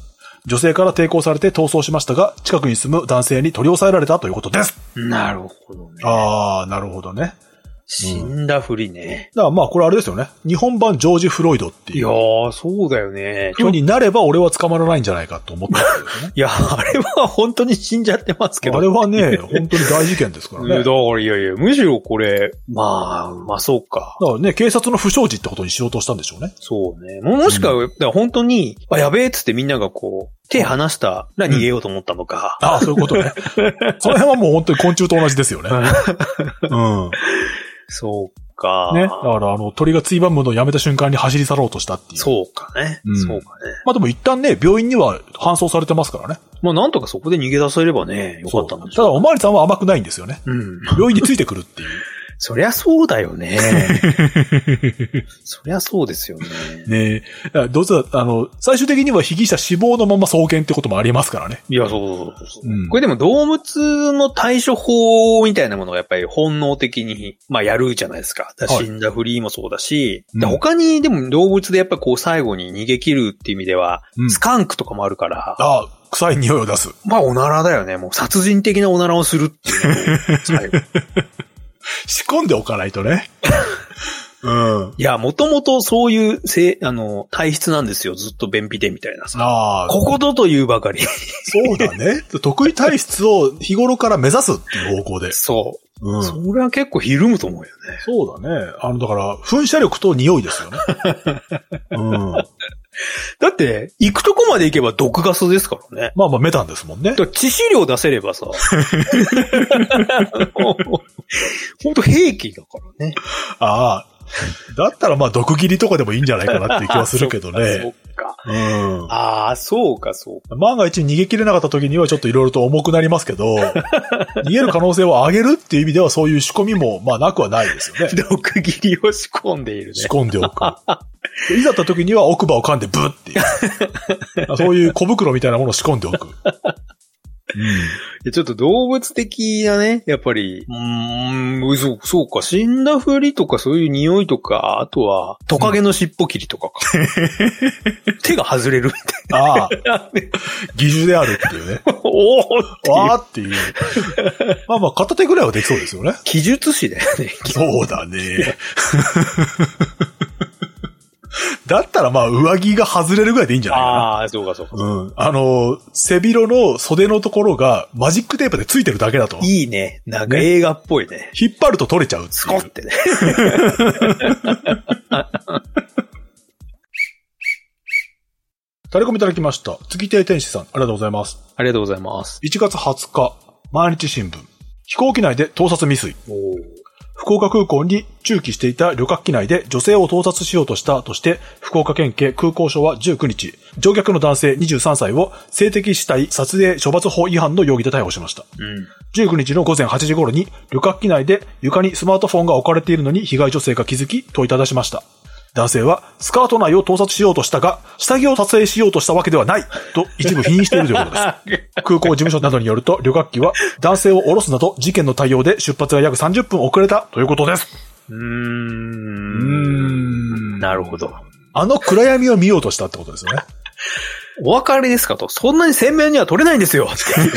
女性から抵抗されて逃走しましたが、近くに住む男性に取り押さえられたということです。 なるほどね。 あー、なるほどね。 死んだふりね。 だからまあこれあれですよね。日本版ジョージ・フロイドっていう。 いやー、そうだよね。 風になれば俺は捕まらないんじゃないかと思ったんですよね。 いや、あれは本当に死んじゃってますけど。 あれはね、本当に大事件ですからね。 だからいやいや、むしろこれ、まあ、まあそうか。 だからね、警察の不祥事ってことにしようとしたんでしょうね。 そうね。もしくは、うん、だから本当に、あ、やべえっつってみんながこう、手離したら逃げようと思ったのか。 うん、ああ、そういうことね。その辺はもう本当に昆虫と同じですよね。うん。 そうか。 ね。だからあの、鳥がついばむのをやめた瞬間に走り去ろうとしたっていう。 そうかね。うん、そうかね。 まあでも一旦ね、病院には搬送されてますからね。 まあなんとかそこで逃げ出せればね、よかったんでしょう。 ただおまわりさんは甘くないんですよね。うん。病院についてくるっていう。 そりゃそうだよね。そりゃそうですよね。 ねえ。どうせ、あの、最終的には被疑者死亡のまま送検ってこともありますからね。 いや、そうそうそうそう、うん。これでも動物の対処法みたいなものをやっぱり本能的に、まあやるじゃないですか。だ死んだフリーもそうだし、はい、他にでも動物でやっぱこう最後に逃げ切るっていう意味では、うん、スカンクとかもあるから。 ああ、臭い匂いを出す。 まあおならだよね。もう殺人的なおならをするっていうのを最後。 仕込んでおかないとね。うん。 いや、もともとそういうせ、あの、体質なんですよ。ずっと便秘でみたいなさ。ああ。こことというばかり。 そうだね。得意体質を日頃から目指すっていう方向で。 そう。うん。それは結構ひるむと思うよね。 そうだね。あの、だから、噴射力と匂いですよね。うん。 だって、行くとこまで行けば毒ガスですからね。 まあまあメタンですもんね。 致死量出せればさ。ほんと兵器だからね。 ああ。だったらまあ毒斬りとかでもいいんじゃないかなっていう気はするけどね。 そっか。うん。ああ、そうか、そうか。 万が一逃げ切れなかった時にはちょっといろいろと重くなりますけど、逃げる可能性を上げるっていう意味ではそういう仕込みもまあなくはないですよね。 毒斬りを仕込んでいるね。 仕込んでおく。いざった時には奥歯を噛んでブッっていう。そういう小袋みたいなものを仕込んでおく。 うん、ちょっと動物的なね、やっぱり、うーん、そう、そうか、死んだふりとかそういう匂いとか、あとは、トカゲの尻尾切りとかか。手が外れるみたいな。ああ。 義手であるっていうね。 おーっていう。 わーっていう。まあまあ、片手ぐらいはできそうですよね。 奇術師だよね。 そうだね。だったらまあ上着が外れるぐらいでいいんじゃないかな。 ああ、そうかそうか。 うん。あの、背広の袖のところがマジックテープでついてるだけだと。 いいね。なんか映画っぽいね。 引っ張ると取れちゃうっていう。 スコってね。 タレコミいただきました。月亭天使さん、ありがとうございます。 ありがとうございます。 いちがつはつか、毎日新聞。飛行機内で盗撮未遂。お福岡空港に駐機していた旅客機内で女性を盗撮しようとしたとして、福岡県警空港署はじゅうくにち、乗客の男性にじゅうさんさいを性的死体撮影処罰法違反の容疑で逮捕しました。うん、じゅうくにちのごぜんはちじ頃に旅客機内で床にスマートフォンが置かれているのに被害女性が気づき問いただしました。男性はスカート内を盗撮しようとしたが、下着を撮影しようとしたわけではないと一部否認しているということです。空港事務所などによると旅客機は男性を降ろすなど事件の対応で出発が約さんじゅっぷん遅れたということです。 うーん。うーんなるほど。 あの暗闇を見ようとしたってことですよね。 お分かりですかと。そんなに鮮明には撮れないんですよ。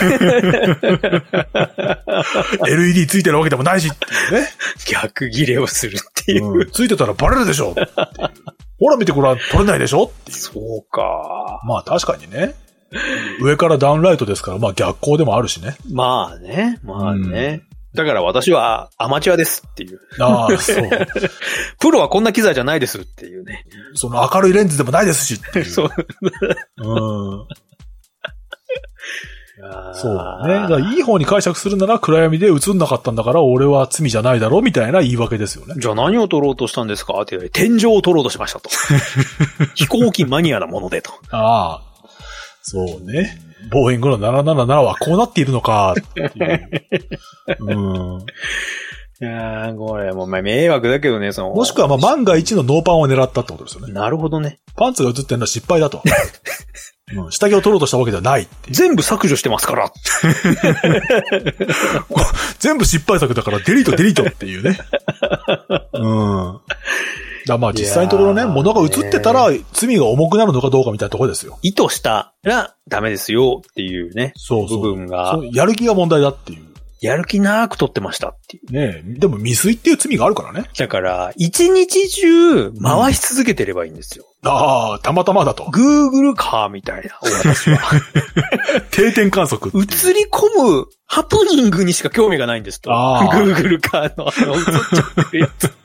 エルイーディー ついてるわけでもないしっていうね。 逆ギレをするっていう。 うん、ついてたらバレるでしょっていう。ほら見てごらん、撮れないでしょっていう。 そうか。 まあ確かにね。上からダウンライトですから、まあ逆光でもあるしね。 まあね。まあね。うんだから私はアマチュアですっていう。ああ、そう。プロはこんな機材じゃないですっていうね。 その明るいレンズでもないですしっていう。そう。うん。そうね。だからいい方に解釈するなら暗闇で映んなかったんだから俺は罪じゃないだろうみたいな言い訳ですよね。 じゃあ何を撮ろうとしたんですかって言われて、天井を撮ろうとしましたと。飛行機マニアなものでと。 ああ。そうね。ボーイングのなななななはこうなっているのかっていう。うん。 いやー、これもう迷惑だけどね、その。 もしくはまあ万が一のノーパンを狙ったってことですよね。 なるほどね。 パンツが映ってるのは失敗だと。うん、下着を取ろうとしたわけではないっていう。 全部削除してますから。 全部失敗作だからデリートデリートっていうね。うん。 だまあ実際のところね、物が映ってたら罪が重くなるのかどうかみたいなところですよ。 意図したらダメですよっていうね。 そうそう。 部分が。 そうやる気が問題だっていう。 やる気なく撮ってましたっていう。 ねえ。でも未遂っていう罪があるからね。 だから、一日中回し続けてればいいんですよ。 うん、ああ、たまたまだと。 Google カーみたいな、私は。 定点観測。 映り込むハプニングにしか興味がないんですと。Google カーのあの、映っちゃってるやつ。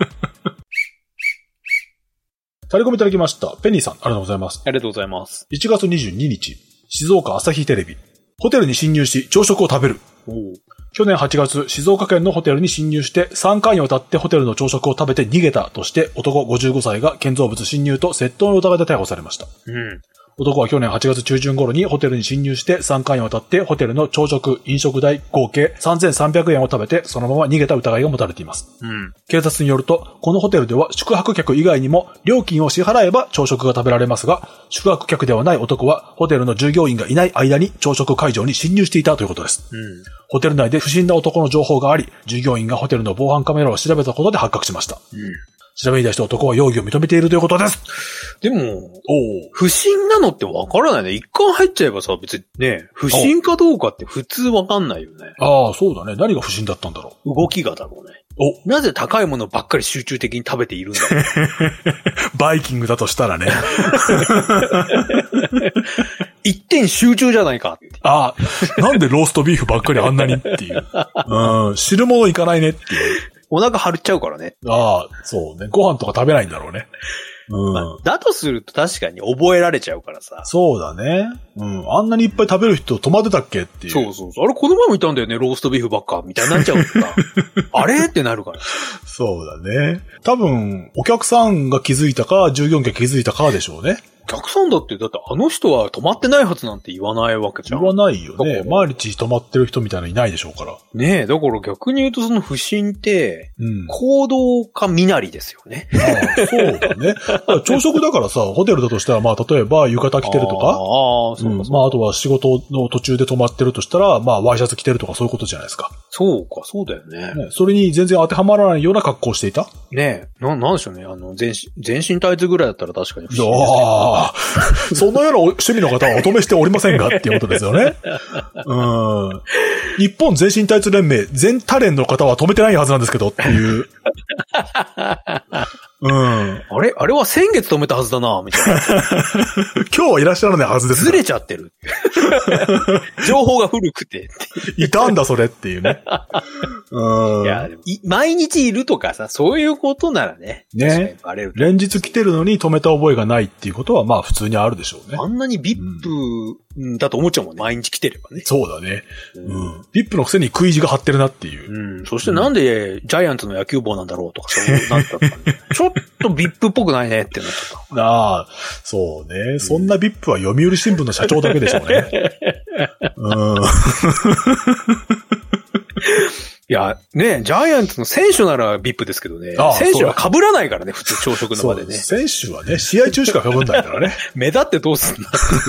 タレコミいただきました。ペニーさん、ありがとうございます。 ありがとうございます。 いちがつにじゅうににち、静岡朝日テレビ。ホテルに侵入し朝食を食べる。去年はちがつ、静岡県のホテルに侵入してさんかいにわたってホテルの朝食を食べて逃げたとして男ごじゅうごさいが建造物侵入と窃盗の疑いで逮捕されました。うん。男は去年はちがつちゅうじゅん頃にホテルに侵入してさんかいにわたってホテルの朝食、飲食代合計さんぜんさんびゃくえんを食べてそのまま逃げた疑いが持たれています。うん、警察によると、このホテルでは宿泊客以外にも料金を支払えば朝食が食べられますが、宿泊客ではない男はホテルの従業員がいない間に朝食会場に侵入していたということです。うん、ホテル内で不審な男の情報があり、従業員がホテルの防犯カメラを調べたことで発覚しました。うん、調べに対して男は容疑を認めているということです。 でも、不審なのってわからないね。一回入っちゃえばさ、別にね、不審かどうかって普通わかんないよね。 ああ、そうだね。何が不審だったんだろう。動きがだろうね。お、なぜ高いものばっかり集中的に食べているんだろう。 バイキングだとしたらね。 一点集中じゃないかって。 ああ、なんでローストビーフばっかりあんなにっていう。うん、汁物いかないねっていう。 お腹張っちゃうからね。 ああ、そうね。ご飯とか食べないんだろうね。うん、まあ、 だとすると確かに覚えられちゃうからさ。 そうだね。うん。あんなにいっぱい食べる人止まってたっけっていう。 そうそうそう。あれ、この前もいたんだよね、ローストビーフばっか、みたいになっちゃうから。あれってなるから。 そうだね。多分、お客さんが気づいたか、従業員が気づいたかでしょうね。 お客さんだって、だってあの人は泊まってないはずなんて言わないわけじゃん。 言わないよね。毎日泊まってる人みたいなのいないでしょうから。 ねえ、だから逆に言うとその不審って、うん、行動か身なりですよね。 ああ、そうだね。だ朝食だからさ、ホテルだとしたら、まあ例えば浴衣着てるとか、ああ、そうかそうか、うん、まああとは仕事の途中で泊まってるとしたら、まあワイシャツ着てるとかそういうことじゃないですか。 そうか、そうだよね。ね、 それに全然当てはまらないような格好をしていた？ ねえ、な、なんでしょうね。あの、全身、全身タイツぐらいだったら確かに不審ですね。 ああ。そのような趣味の方はお止めしておりませんがっていうことですよね。うん。日本全身タイツ連盟全タレンの方は止めてないはずなんですけどっていう。うん。あれあれは先月止めたはずだな、みたいな。 今日はいらっしゃらないはずです。 ずれちゃってる。情報が古くて。 いたんだ、それっていうね。うん。 いやい、毎日いるとかさ、そういうことならね。 ね。バレる。連日来てるのに止めた覚えがないっていうことは、まあ普通にあるでしょうね。 あんなに ブイアイピー だと思っちゃうもんね。毎日来てればね。 そうだね。うん。ブイアイピー のくせに食い地が張ってるなっていう。 うん。そしてなんでジャイアンツの野球帽なんだろうとか、そうなったとかね。ちょっと ブイアイピー っぽくないねってなっちゃった。 ああ、そうね。そんな ブイアイピー は読売新聞の社長だけでしょうね。うん。 いや、ね、ジャイアンツの選手なら ブイアイピー ですけどね。選手は被らないからね、普通朝食の場でね。 選手はね、試合中しか被んないからね。 目立ってどうすんだ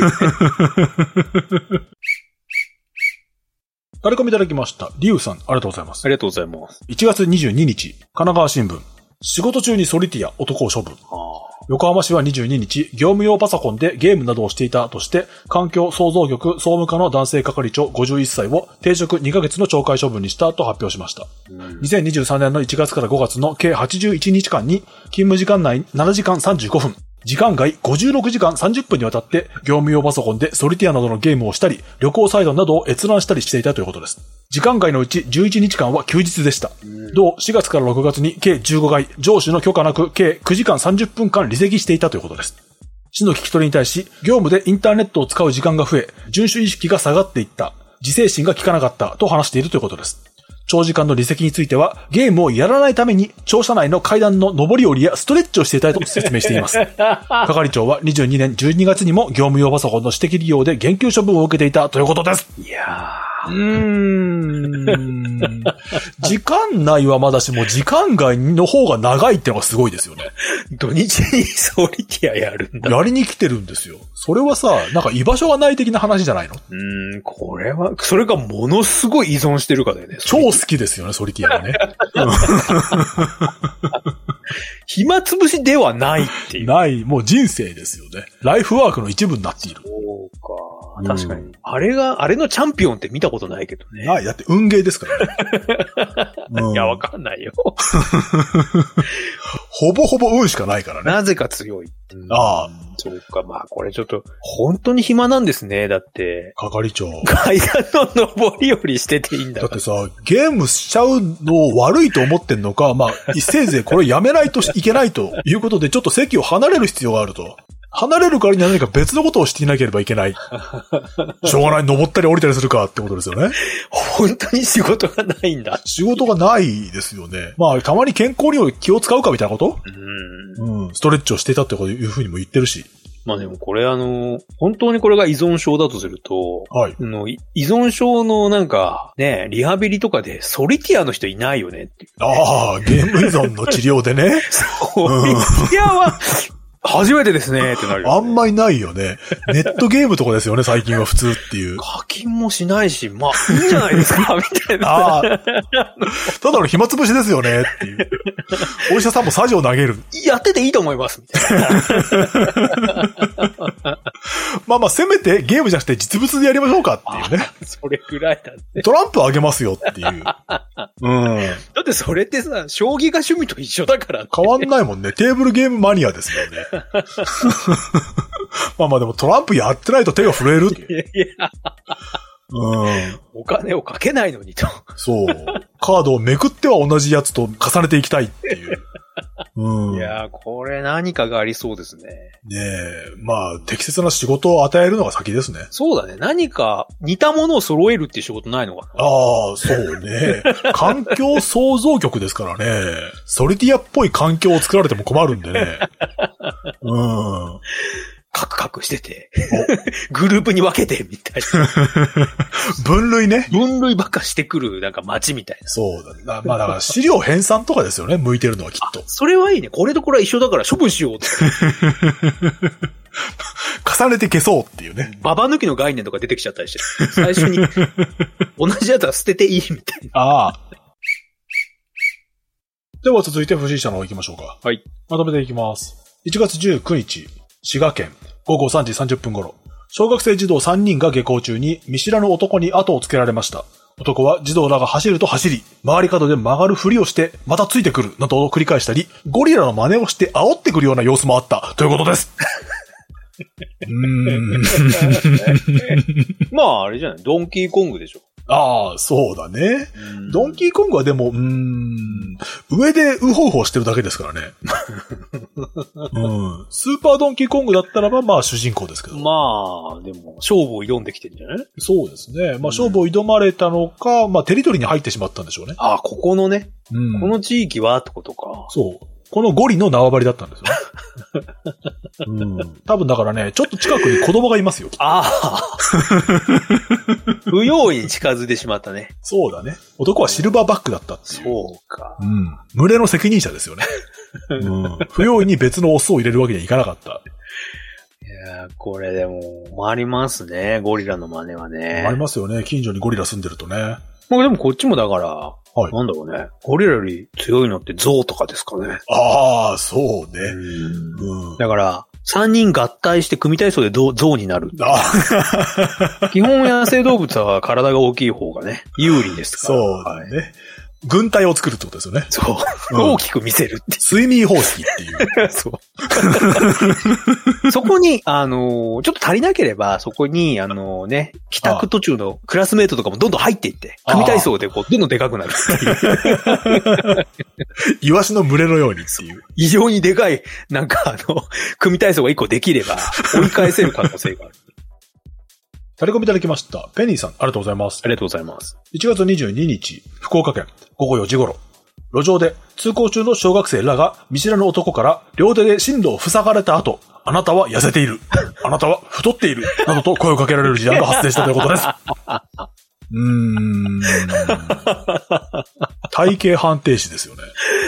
タレコミいただきました。リュウさん、ありがとうございます。 ありがとうございます。 いちがつにじゅうににち、神奈川新聞。仕事中にソリティア、男を処分。横浜市はにじゅうににち、業務用パソコンでゲームなどをしていたとして、環境創造局総務課の男性係長ごじゅういっさいを停職にかげつの懲戒処分にしたと発表しました。うん、にせんにじゅうさんねんのいちがつからごがつの計はちじゅういちにちかんに、勤務時間内ななじかんさんじゅうごふん、時間外ごじゅうろくじかんさんじゅっぷんにわたって業務用パソコンでソリティアなどのゲームをしたり、旅行サイトなどを閲覧したりしていたということです。時間外のうちじゅういちにちかんは休日でした。同しがつからろくがつに計じゅうごかい、上司の許可なく計くじかんさんじゅっぷんかん離席していたということです。市の聞き取りに対し、業務でインターネットを使う時間が増え、遵守意識が下がっていった、自制心が効かなかったと話しているということです。長時間の離席については、ゲームをやらないために、庁舎内の階段の上り下りやストレッチをしていたと説明しています。係長はにじゅうにねんじゅうにがつにも業務用パソコンの私的利用で減給処分を受けていたということです。 いやー。うーん。時間内はまだしも時間外の方が長いってのがすごいですよね。 土日にソリティアやるんだ。 やりに来てるんですよ。それはさ、なんか居場所がない的な話じゃないの？ うーん、これは、それがものすごい依存してるかだよね。 超好きですよね、ソリティアがね。 暇つぶしではないっていう。 ない、もう人生ですよね。ライフワークの一部になっている。 そうか。確かに。うん、あれが、あれのチャンピオンって見たことないけどね。 ない。だって運ゲーですからね。 うん、いや、わかんないよ。 ほぼほぼ運しかないからね。 なぜか強い。 うん、ああ。 そうか、まあこれちょっと、本当に暇なんですね。だって。 係長。 階段の上り下りしてていいんだ。 だってさ、ゲームしちゃうのを悪いと思ってんのか、まあ、せいぜいこれやめないといけないということで、ちょっと席を離れる必要があると。離れるからには何か別のことをしていなければいけない。しょうがない、登ったり降りたりするかってことですよね。 本当に仕事がないんだ。 仕事がないですよね。まあ、たまに健康に気を使うかみたいなこと？うん。うん。ストレッチをしていたっていうふうにも言ってるし。 まあでもこれあの、本当にこれが依存症だとすると、 はい。 の依存症のなんか、ね、リハビリとかでソリティアの人いないよねっていう、 ね。ああ、ゲーム依存の治療でね。 ソリティアは、初めてですねってなるよ、ね。 あんまりないよね。ネットゲームとかですよね、最近は普通っていう。 課金もしないし、まあ、いいんじゃないですか、みたいな。ああ。 ただの暇つぶしですよね、っていう。お医者さんもサジを投げる。 やってていいと思います、みたいな。 まあまあ、せめてゲームじゃなくて実物でやりましょうかっていうね。 それくらいだね。 トランプあげますよっていう。うん。 だってそれってさ、将棋が趣味と一緒だからね。 変わんないもんね。テーブルゲームマニアですよね。まあまあでもトランプやってないと手が震える。いやいや。うん。 お金をかけないのにと。 そう。カードをめくっては同じやつと重ねていきたいっていう。うん。 いやー、これ何かがありそうですね。 ねえ。まあ、適切な仕事を与えるのが先ですね。 そうだね。何か似たものを揃えるっていう仕事ないのかな。 ああ、そうね。環境創造局ですからね。ソリティアっぽい環境を作られても困るんでね。うん。 カクカクしてて。グループに分けて、みたいな。 分類ね。 分類ばっかしてくる、なんか街みたいな。 そうだね。まあだから資料編纂とかですよね。向いてるのはきっと。 それはいいね。これとこれは一緒だから処分しようって。 重ねて消そうっていうね。 ババ抜きの概念とか出てきちゃったりして。最初に、同じやつは捨てていいみたいな。 ああ。では続いて不審者の方行きましょうか。 はい。 まとめていきます。いちがつじゅうくにち、滋賀県、ごごさんじさんじゅっぷん頃、小学生児童さんにんが下校中に見知らぬ男に後をつけられました。男は児童らが走ると走り、回り角で曲がるふりをして、またついてくる、などを繰り返したり、ゴリラの真似をして煽ってくるような様子もあった、ということです。うーんまあ、あれじゃない、ドンキーコングでしょ。 ああ、そうだね。ドンキーコングはでも、うーん、上でウホウホしてるだけですからね。うん。スーパードンキーコングだったらば、まあ主人公ですけど。 まあ、でも、勝負を挑んできてるんじゃない？ そうですね。まあ勝負を挑まれたのか、まあテリトリーに入ってしまったんでしょうね。 ああ、ここのね。 うん。 この地域はってことか。 そう。このゴリの縄張りだったんですよね。うん。多分だからね、ちょっと近くに子供がいますよ。 ああ。不用意に近づいてしまったね。 そうだね。男はシルバーバックだったっていう。 そうか。 うん。群れの責任者ですよね。うん。不用意に別のオスを入れるわけにはいかなかった。 いやー、これでも、回りますね。ゴリラの真似はね。 回りますよね。近所にゴリラ住んでるとね。 まあでもこっちもだから、 はい。 なんだろうね。ゴリラより強いのってゾウとかですかね。 ああ、そうね。 うん。だから、三人合体して組体操でゾウになる。 あ基本野生動物は体が大きい方がね、有利ですから。 そうだね。はい、軍隊を作るってことですよね。 そう。うん、大きく見せるって。 睡眠方式っていう。 そう。そこに、あのー、ちょっと足りなければ、そこに、あのー、ね、帰宅途中のクラスメイトとかもどんどん入っていって、組体操でこう、どんどんでかくなるっていう。 イワシの群れのようにっていう。 異常にでかい、なんかあの、組体操が一個できれば、追い返せる可能性がある。 タレコミいただきました。ペニーさん、ありがとうございます。 ありがとうございます。 いちがつにじゅうににち、福岡県、ごごよじ頃。路上で通行中の小学生らが見知らぬ男から両手で進路を塞がれた後、あなたは痩せている。あなたは太っている。などと声をかけられる事案が発生したということです。うーん。体型判定士ですよね。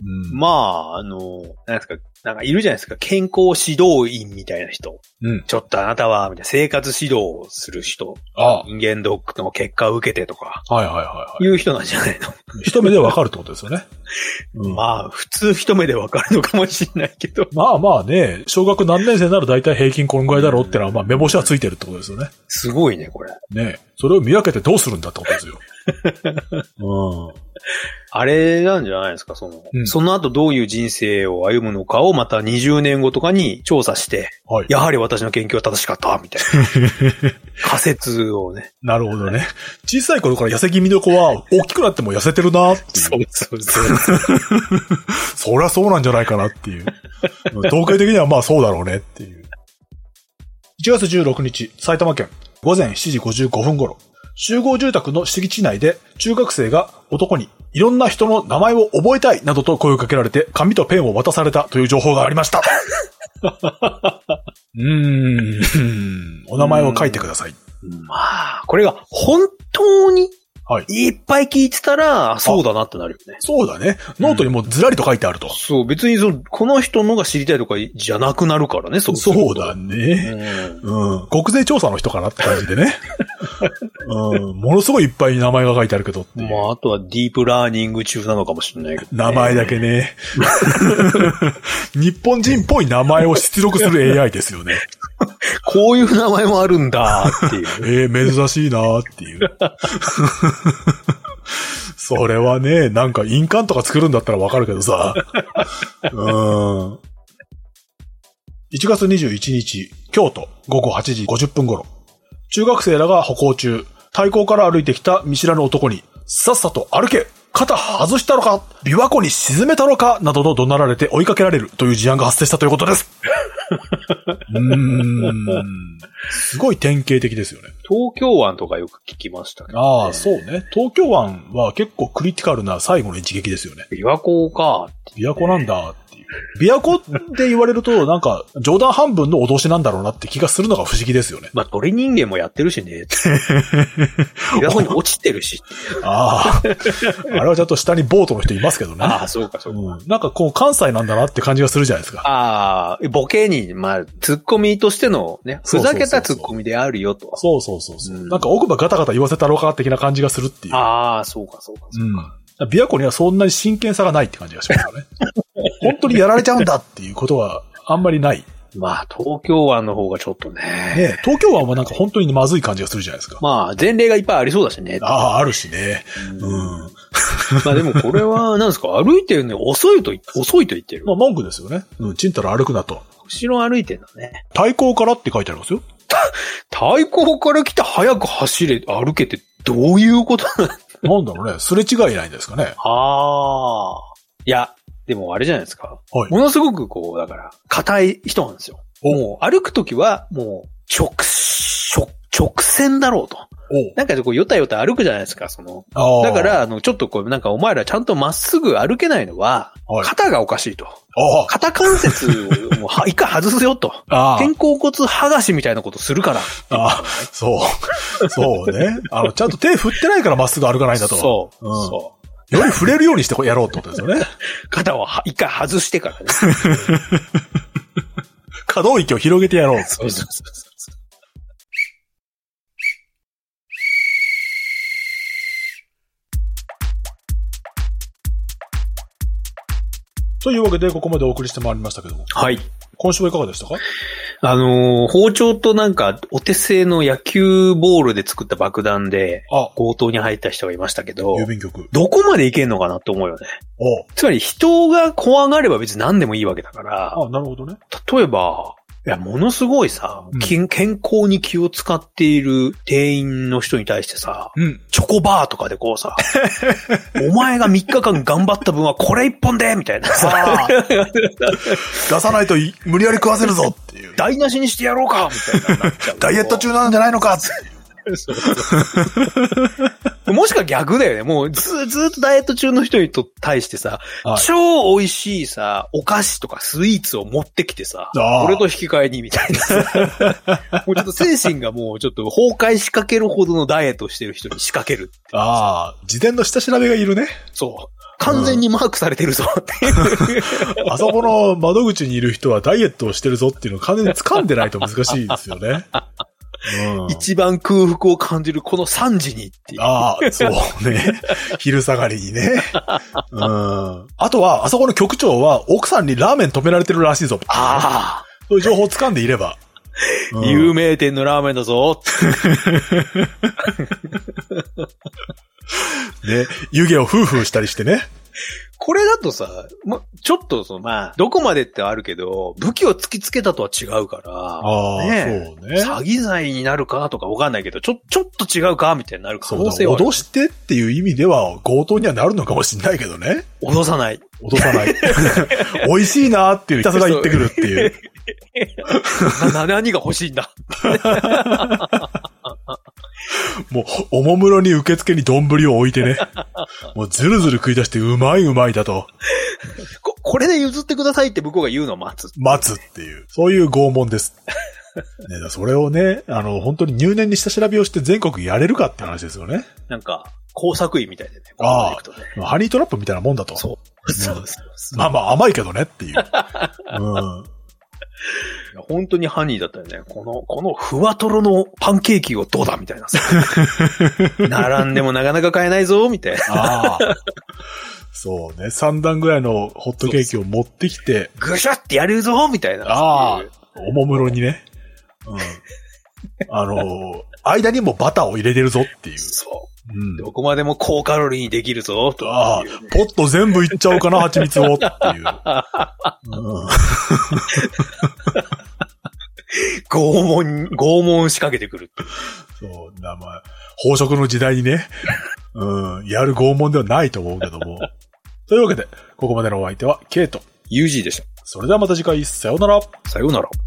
うん、 まあ、あの、なんですか、なんかいるじゃないですか、健康指導員みたいな人。 うん。 ちょっとあなたは、みたいな生活指導をする人。 ああ。 人間ドックの結果を受けてとか。 はいはいはい、はい。 いう人なんじゃないの？ 一目でわかるってことですよね。 うん、まあ、普通一目でわかるのかもしれないけど。 まあまあね、小学何年生なら大体平均このぐらいだろうってのは、まあ目星はついてるってことですよね。 すごいね、これ。 ねそれを見分けてどうするんだってことですよ。うん。 あれなんじゃないですか、その、うん、その後どういう人生を歩むのかをまたにじゅうねんごとかに調査して、はい、やはり私の研究は正しかった、みたいな。仮説をね。 なるほどね。小さい頃から痩せ気味の子は大きくなっても痩せてるなっていう。 そうそうそう。 そりゃそうなんじゃないかなっていう。統計的にはまあそうだろうねっていう。いちがつじゅうろくにち、埼玉県、ごぜんしちじごじゅうごふん頃。集合住宅の敷地内で中学生が男にいろんな人の名前を覚えたいなどと声をかけられて紙とペンを渡されたという情報がありました。うーん。お名前を書いてください。 まあ、これが本当にはい。いっぱい聞いてたら、そうだなってなるよね。 そうだね。ノートにもずらりと書いてあると。うん、 そう、別にその、この人のが知りたいとかじゃなくなるからね、そうそうだね。うん。うん。国税調査の人かなって感じでね。うん。ものすごいいっぱい名前が書いてあるけどって。 まあ、あとはディープラーニング中なのかもしれないけど、ね。 名前だけね。日本人っぽい名前を出力する エーアイ ですよね。 こういう名前もあるんだっていう。 ええー、珍しいなーっていう。それはね、なんか印鑑とか作るんだったらわかるけどさ。うん。いちがつにじゅういちにち、京都、ごごはちじごじゅっぷん頃。中学生らが歩行中、対向から歩いてきた見知らぬ男に、さっさと歩け！肩外したのか琵琶湖に沈めたのかなどと怒鳴られて追いかけられるという事案が発生したということです。うーん。すごい典型的ですよね。 東京湾とかよく聞きましたけど、ね。 ああ、そうね。東京湾は結構クリティカルな最後の一撃ですよね。 琵琶湖か。 琵琶湖なんだっていう。琵琶湖って言われると、なんか、冗談半分の脅しなんだろうなって気がするのが不思議ですよね。 まあ、鳥人間もやってるしね。琵琶湖に落ちてるし。 ああ。あれはちゃんと下にボートの人いますけどね。 ああ、そうか、そうか、 うん。なんかこう、関西なんだなって感じがするじゃないですか。 ああ、ボケに、まあ、ツッコミとしてのね、ふざけたツッコミであるよと。 そうそうそうそう、うん。なんか奥歯ガタガタ言わせたろうか的な感じがするっていう。 ああ、そうか、そうか、そうか。 うん。琵琶湖にはそんなに真剣さがないって感じがしますよね。本当にやられちゃうんだっていうことはあんまりない。 まあ、東京湾の方がちょっとね。 ね東京湾はなんか本当にまずい感じがするじゃないですか。 まあ、前例がいっぱいありそうだしね。 ああ、あるしね。うん。うん、 まあでもこれは、なんですか、歩いてるのに遅いと、遅いと言ってる。 まあ文句ですよね。うん、ちんたら歩くなと。 後ろ歩いてんだね。 対向からって書いてありますよ。 対向から来て早く走れ、歩けってどういうことなのなんだろうね。すれ違いないんですかね。 ああ。いや、でもあれじゃないですか。はい。ものすごくこう、だから、硬い人なんですよ。もう歩くときは、もう、直、直、直線だろうと。なんかこう、よたよた歩くじゃないですか、その。だから、あの、ちょっとこう、なんかお前らちゃんとまっすぐ歩けないのは、肩がおかしいと。肩関節をもう一回外すよと。肩甲骨剥がしみたいなことするから。 ああ、そう。そうね。あの、ちゃんと手振ってないからまっすぐ歩かないんだと。 そう。うん、そう。 より触れるようにしてやろうってことですよね。 肩を一回外してからね。 可動域を広げてやろう。 そうそうそうそう。 というわけで、ここまでお送りしてまいりましたけども。 はい。 今週はいかがでしたか？ あのー、包丁となんか、お手製の野球ボールで作った爆弾で、強盗に入った人がいましたけど、 郵便局。 どこまでいけんのかなって思うよね。 おつまり人が怖がれば別に何でもいいわけだから。 あ、なるほどね。 例えば、いや、ものすごいさ、うん、健康に気を使っている店員の人に対してさ、うん、チョコバーとかでこうさ、お前がみっかかん頑張った分はこれ一本でみたいなさ、 出さないと無理やり食わせるぞっていう。 台無しにしてやろうかみたいななっちゃう。 ダイエット中なんじゃないのかってそうそうもしくは逆だよね。もうず、ずっとダイエット中の人にと対してさ、はい、超美味しいさ、お菓子とかスイーツを持ってきてさ、俺と引き換えにみたいなさ、もうちょっと精神がもうちょっと崩壊しかけるほどのダイエットをしてる人に仕掛ける。 ああ、事前の下調べがいるね。 そう。 完全にマークされてるぞっていう、 うん。あそこの窓口にいる人はダイエットをしてるぞっていうのを完全に掴んでないと難しいですよね。 うん、一番空腹を感じるこのさんじにっていう。 ああ、そうね。昼下がりにね。うん。あとは、あそこの局長は奥さんにラーメン止められてるらしいぞ。 ああ。 そういう情報を掴んでいれば。 うん、有名店のラーメンだぞ。 ね、湯気をフーフーしたりしてね。 これだとさ、ま、ちょっとその、まあ、どこまでってあるけど、武器を突きつけたとは違うから、 ああ、ね、そうね。 詐欺罪になるかとかわかんないけど、ちょ、ちょっと違うかみたいになる可能性はある。 脅してっていう意味では強盗にはなるのかもしれないけどね。 脅さない。 脅さない。美味しいなーっていうひたすら言ってくるっていう。 な、何が欲しいんだ。 もう、おもむろに受付に丼を置いてね。もうずるずる食い出してうまいうまいだと。 こ、これで譲ってくださいって向こうが言うのを待つ。 待つっていう。そういう拷問です。ね、それをね、あの、本当に入念に下調べをして全国やれるかって話ですよね。 なんか、工作員みたいでね。 ああ、ハニートラップみたいなもんだと。 そう。そうそうそう。 まあまあ甘いけどねっていう。うん。 本当にハニーだったよね。この、このふわとろのパンケーキをどうだみたいなさ。並んでもなかなか買えないぞみたいな。ああ。 そうね。さん段ぐらいのホットケーキを持ってきて。 ぐしゃってやるぞみたいな。 ああ。おもむろにね。うん。あのー、間にもバターを入れてるぞっていう。 そう。うん、どこまでも高カロリーにできるぞ、と、ね。 ああ、ポット全部いっちゃおうかな、蜂蜜を、っていう。うん、 拷問、拷問仕掛けてくる。 そう、まあ、飽食の時代にね、うん、やる拷問ではないと思うけども。というわけで、ここまでのお相手は、ケイト。 ユージー でした。 それではまた次回、さようなら。 さようなら。